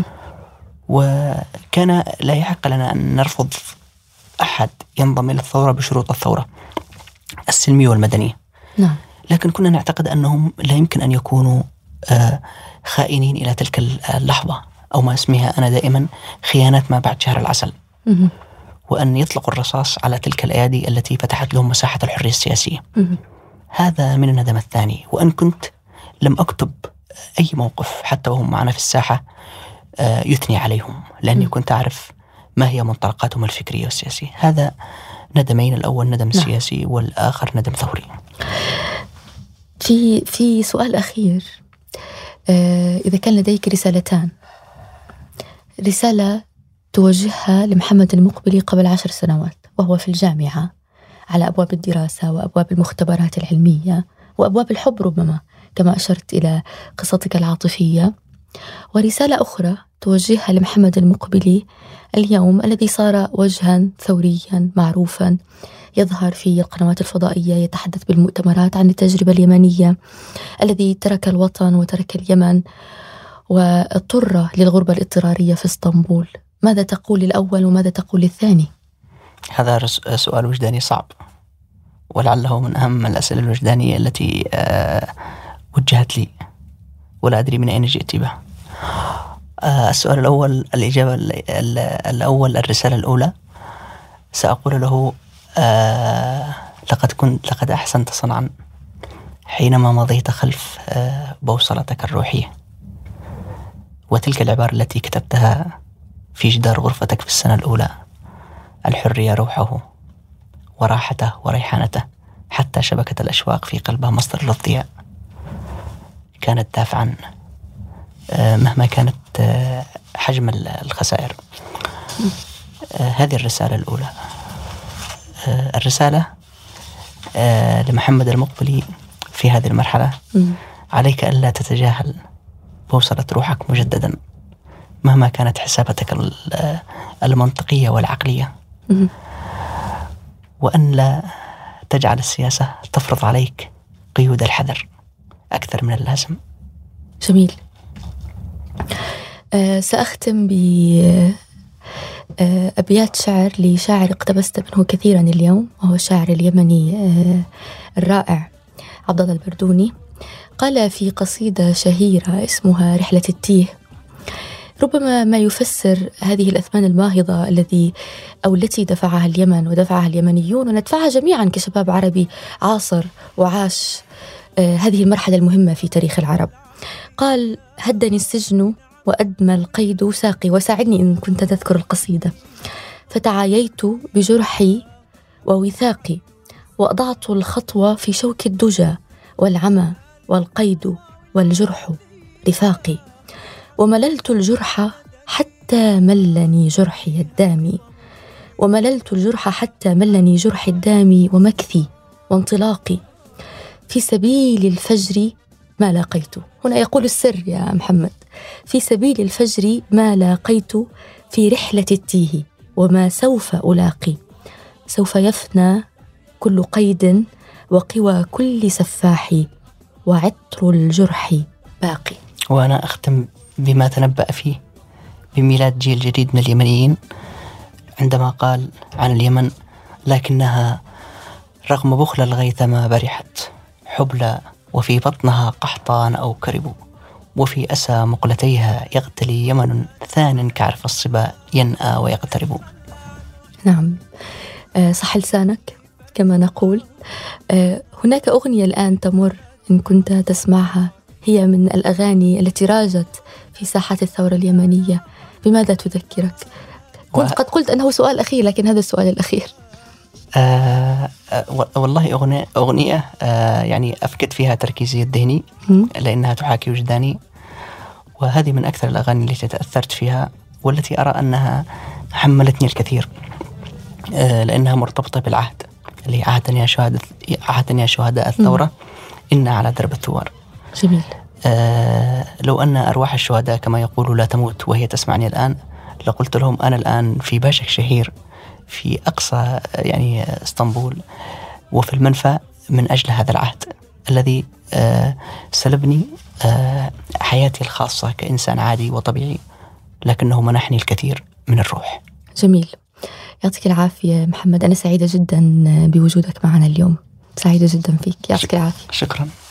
وكان لا يحق لنا أن نرفض أحد ينضم إلى الثورة بشروط الثورة السلمية والمدنية. نعم. لكن كنا نعتقد أنهم لا يمكن أن يكونوا خائنين إلى تلك اللحظة، أو ما اسمها أنا دائما خيانات ما بعد شهر العسل، وأن يطلقوا الرصاص على تلك الأيادي التي فتحت لهم مساحة الحرية السياسية. هذا من الندم الثاني. وأن كنت لم أكتب أي موقف حتى وهم معنا في الساحة يثني عليهم، لأني كنت أعرف ما هي منطلقاتهم الفكرية والسياسية. هذا ندمين، الأول ندم سياسي والآخر ندم ثوري. في سؤال أخير، إذا كان لديك رسالتان، رسالة توجهها لمحمد المقبلي قبل 10 سنوات وهو في الجامعة على أبواب الدراسة وأبواب المختبرات العلمية وأبواب الحب ربما كما أشرت إلى قصتك العاطفية، ورسالة أخرى توجهها لمحمد المقبلي اليوم الذي صار وجها ثوريا معروفا، يظهر في القنوات الفضائية، يتحدث بالمؤتمرات عن التجربة اليمنية، الذي ترك الوطن وترك اليمن واضطر للغربة الاضطرارية في اسطنبول ماذا تقول الأول وماذا تقول الثاني؟ هذا سؤال وجداني صعب، ولعله من أهم الأسئلة الوجدانية التي وجهت لي، ولا أدري من أين جئت به. السؤال الأول، الإجابة الأول، الرسالة الأولى، سأقول له لقد أحسنت صنعا حينما مضيت خلف بوصلتك الروحية. وتلك العبارة التي كتبتها في جدار غرفتك في السنة الأولى: الحرية روحه وراحته وريحانته، حتى شبكة الأشواق في قلبها مصدر للضياء، كانت دافعا مهما كانت حجم الخسائر. هذه الرسالة الأولى. الرسالة لمحمد المقبلي في هذه المرحلة: عليك ألا تتجاهل بوصلة روحك مجددا مهما كانت حساباتك المنطقية والعقلية، وأن لا تجعل السياسة تفرض عليك قيود الحذر أكثر من اللازم. جميل. سأختم بأبيات شعر لشاعر اقتبست منه كثيرا اليوم، وهو الشاعر اليمني الرائع عبد الله البردوني. قال في قصيدة شهيرة اسمها رحلة التيه، ربما ما يفسر هذه الأثمان الباهظة التي دفعها اليمن ودفعها اليمنيون وندفعها جميعا كشباب عربي عاصر وعاش هذه المرحلة المهمة في تاريخ العرب. قال: هدني السجن وأدمى القيد ساقي، وساعدني إن كنت تذكر القصيدة. فتعاييت بجرحي ووثاقي، وأضعت الخطوة في شوك الدجى، والعمى والقيد والجرح رفاقي، ومللت الجرح حتى ملني جرحي الدامي، ومللت الجرح حتى ملني جرحي الدامي، ومكثي وانطلاقي في سبيل الفجر ما لاقيت. هنا يقول السر يا محمد: في سبيل الفجر ما لاقيت، في رحلة التيه وما سوف ألاقي، سوف يفنى كل قيد وقوى كل سفاح، وعطر الجرح باقي. وأنا أختم بما تنبأ فيه بميلاد جيل جديد من اليمنيين، عندما قال عن اليمن: لكنها رغم بخل الغيث ما برحت حبلى، وفي بطنها قحطان أو كرب، وفي أسى مقلتيها يغتلي يمن ثان كعرف الصبا ينأى ويقترب. نعم، صح لسانك كما نقول. هناك أغنية الآن تمر، إن كنت تسمعها، هي من الأغاني التي راجت في ساحات الثورة اليمنية. بماذا تذكرك؟ كنت قد قلت أنه سؤال أخير، لكن هذا السؤال الأخير. والله أغنية يعني أفقد فيها تركيزي الذهني لأنها تحاكي وجداني، وهذه من أكثر الأغاني التي تأثرت فيها، والتي أرى أنها حملتني الكثير، لأنها مرتبطة بالعهد اللي عهدني يا شهداء الثورة إنا على درب الثوار. جميل. لو أن أرواح الشهداء كما يقولوا لا تموت وهي تسمعني الآن، لقلت لهم أنا الآن في باشك شهير في أقصى يعني اسطنبول، وفي المنفى من أجل هذا العهد الذي سلبني حياتي الخاصة كإنسان عادي وطبيعي، لكنه منحني الكثير من الروح. جميل. يعطيك العافية محمد، أنا سعيدة جدا بوجودك معنا اليوم، سعيدة جدا فيك. يعطيك العافية. شكرا.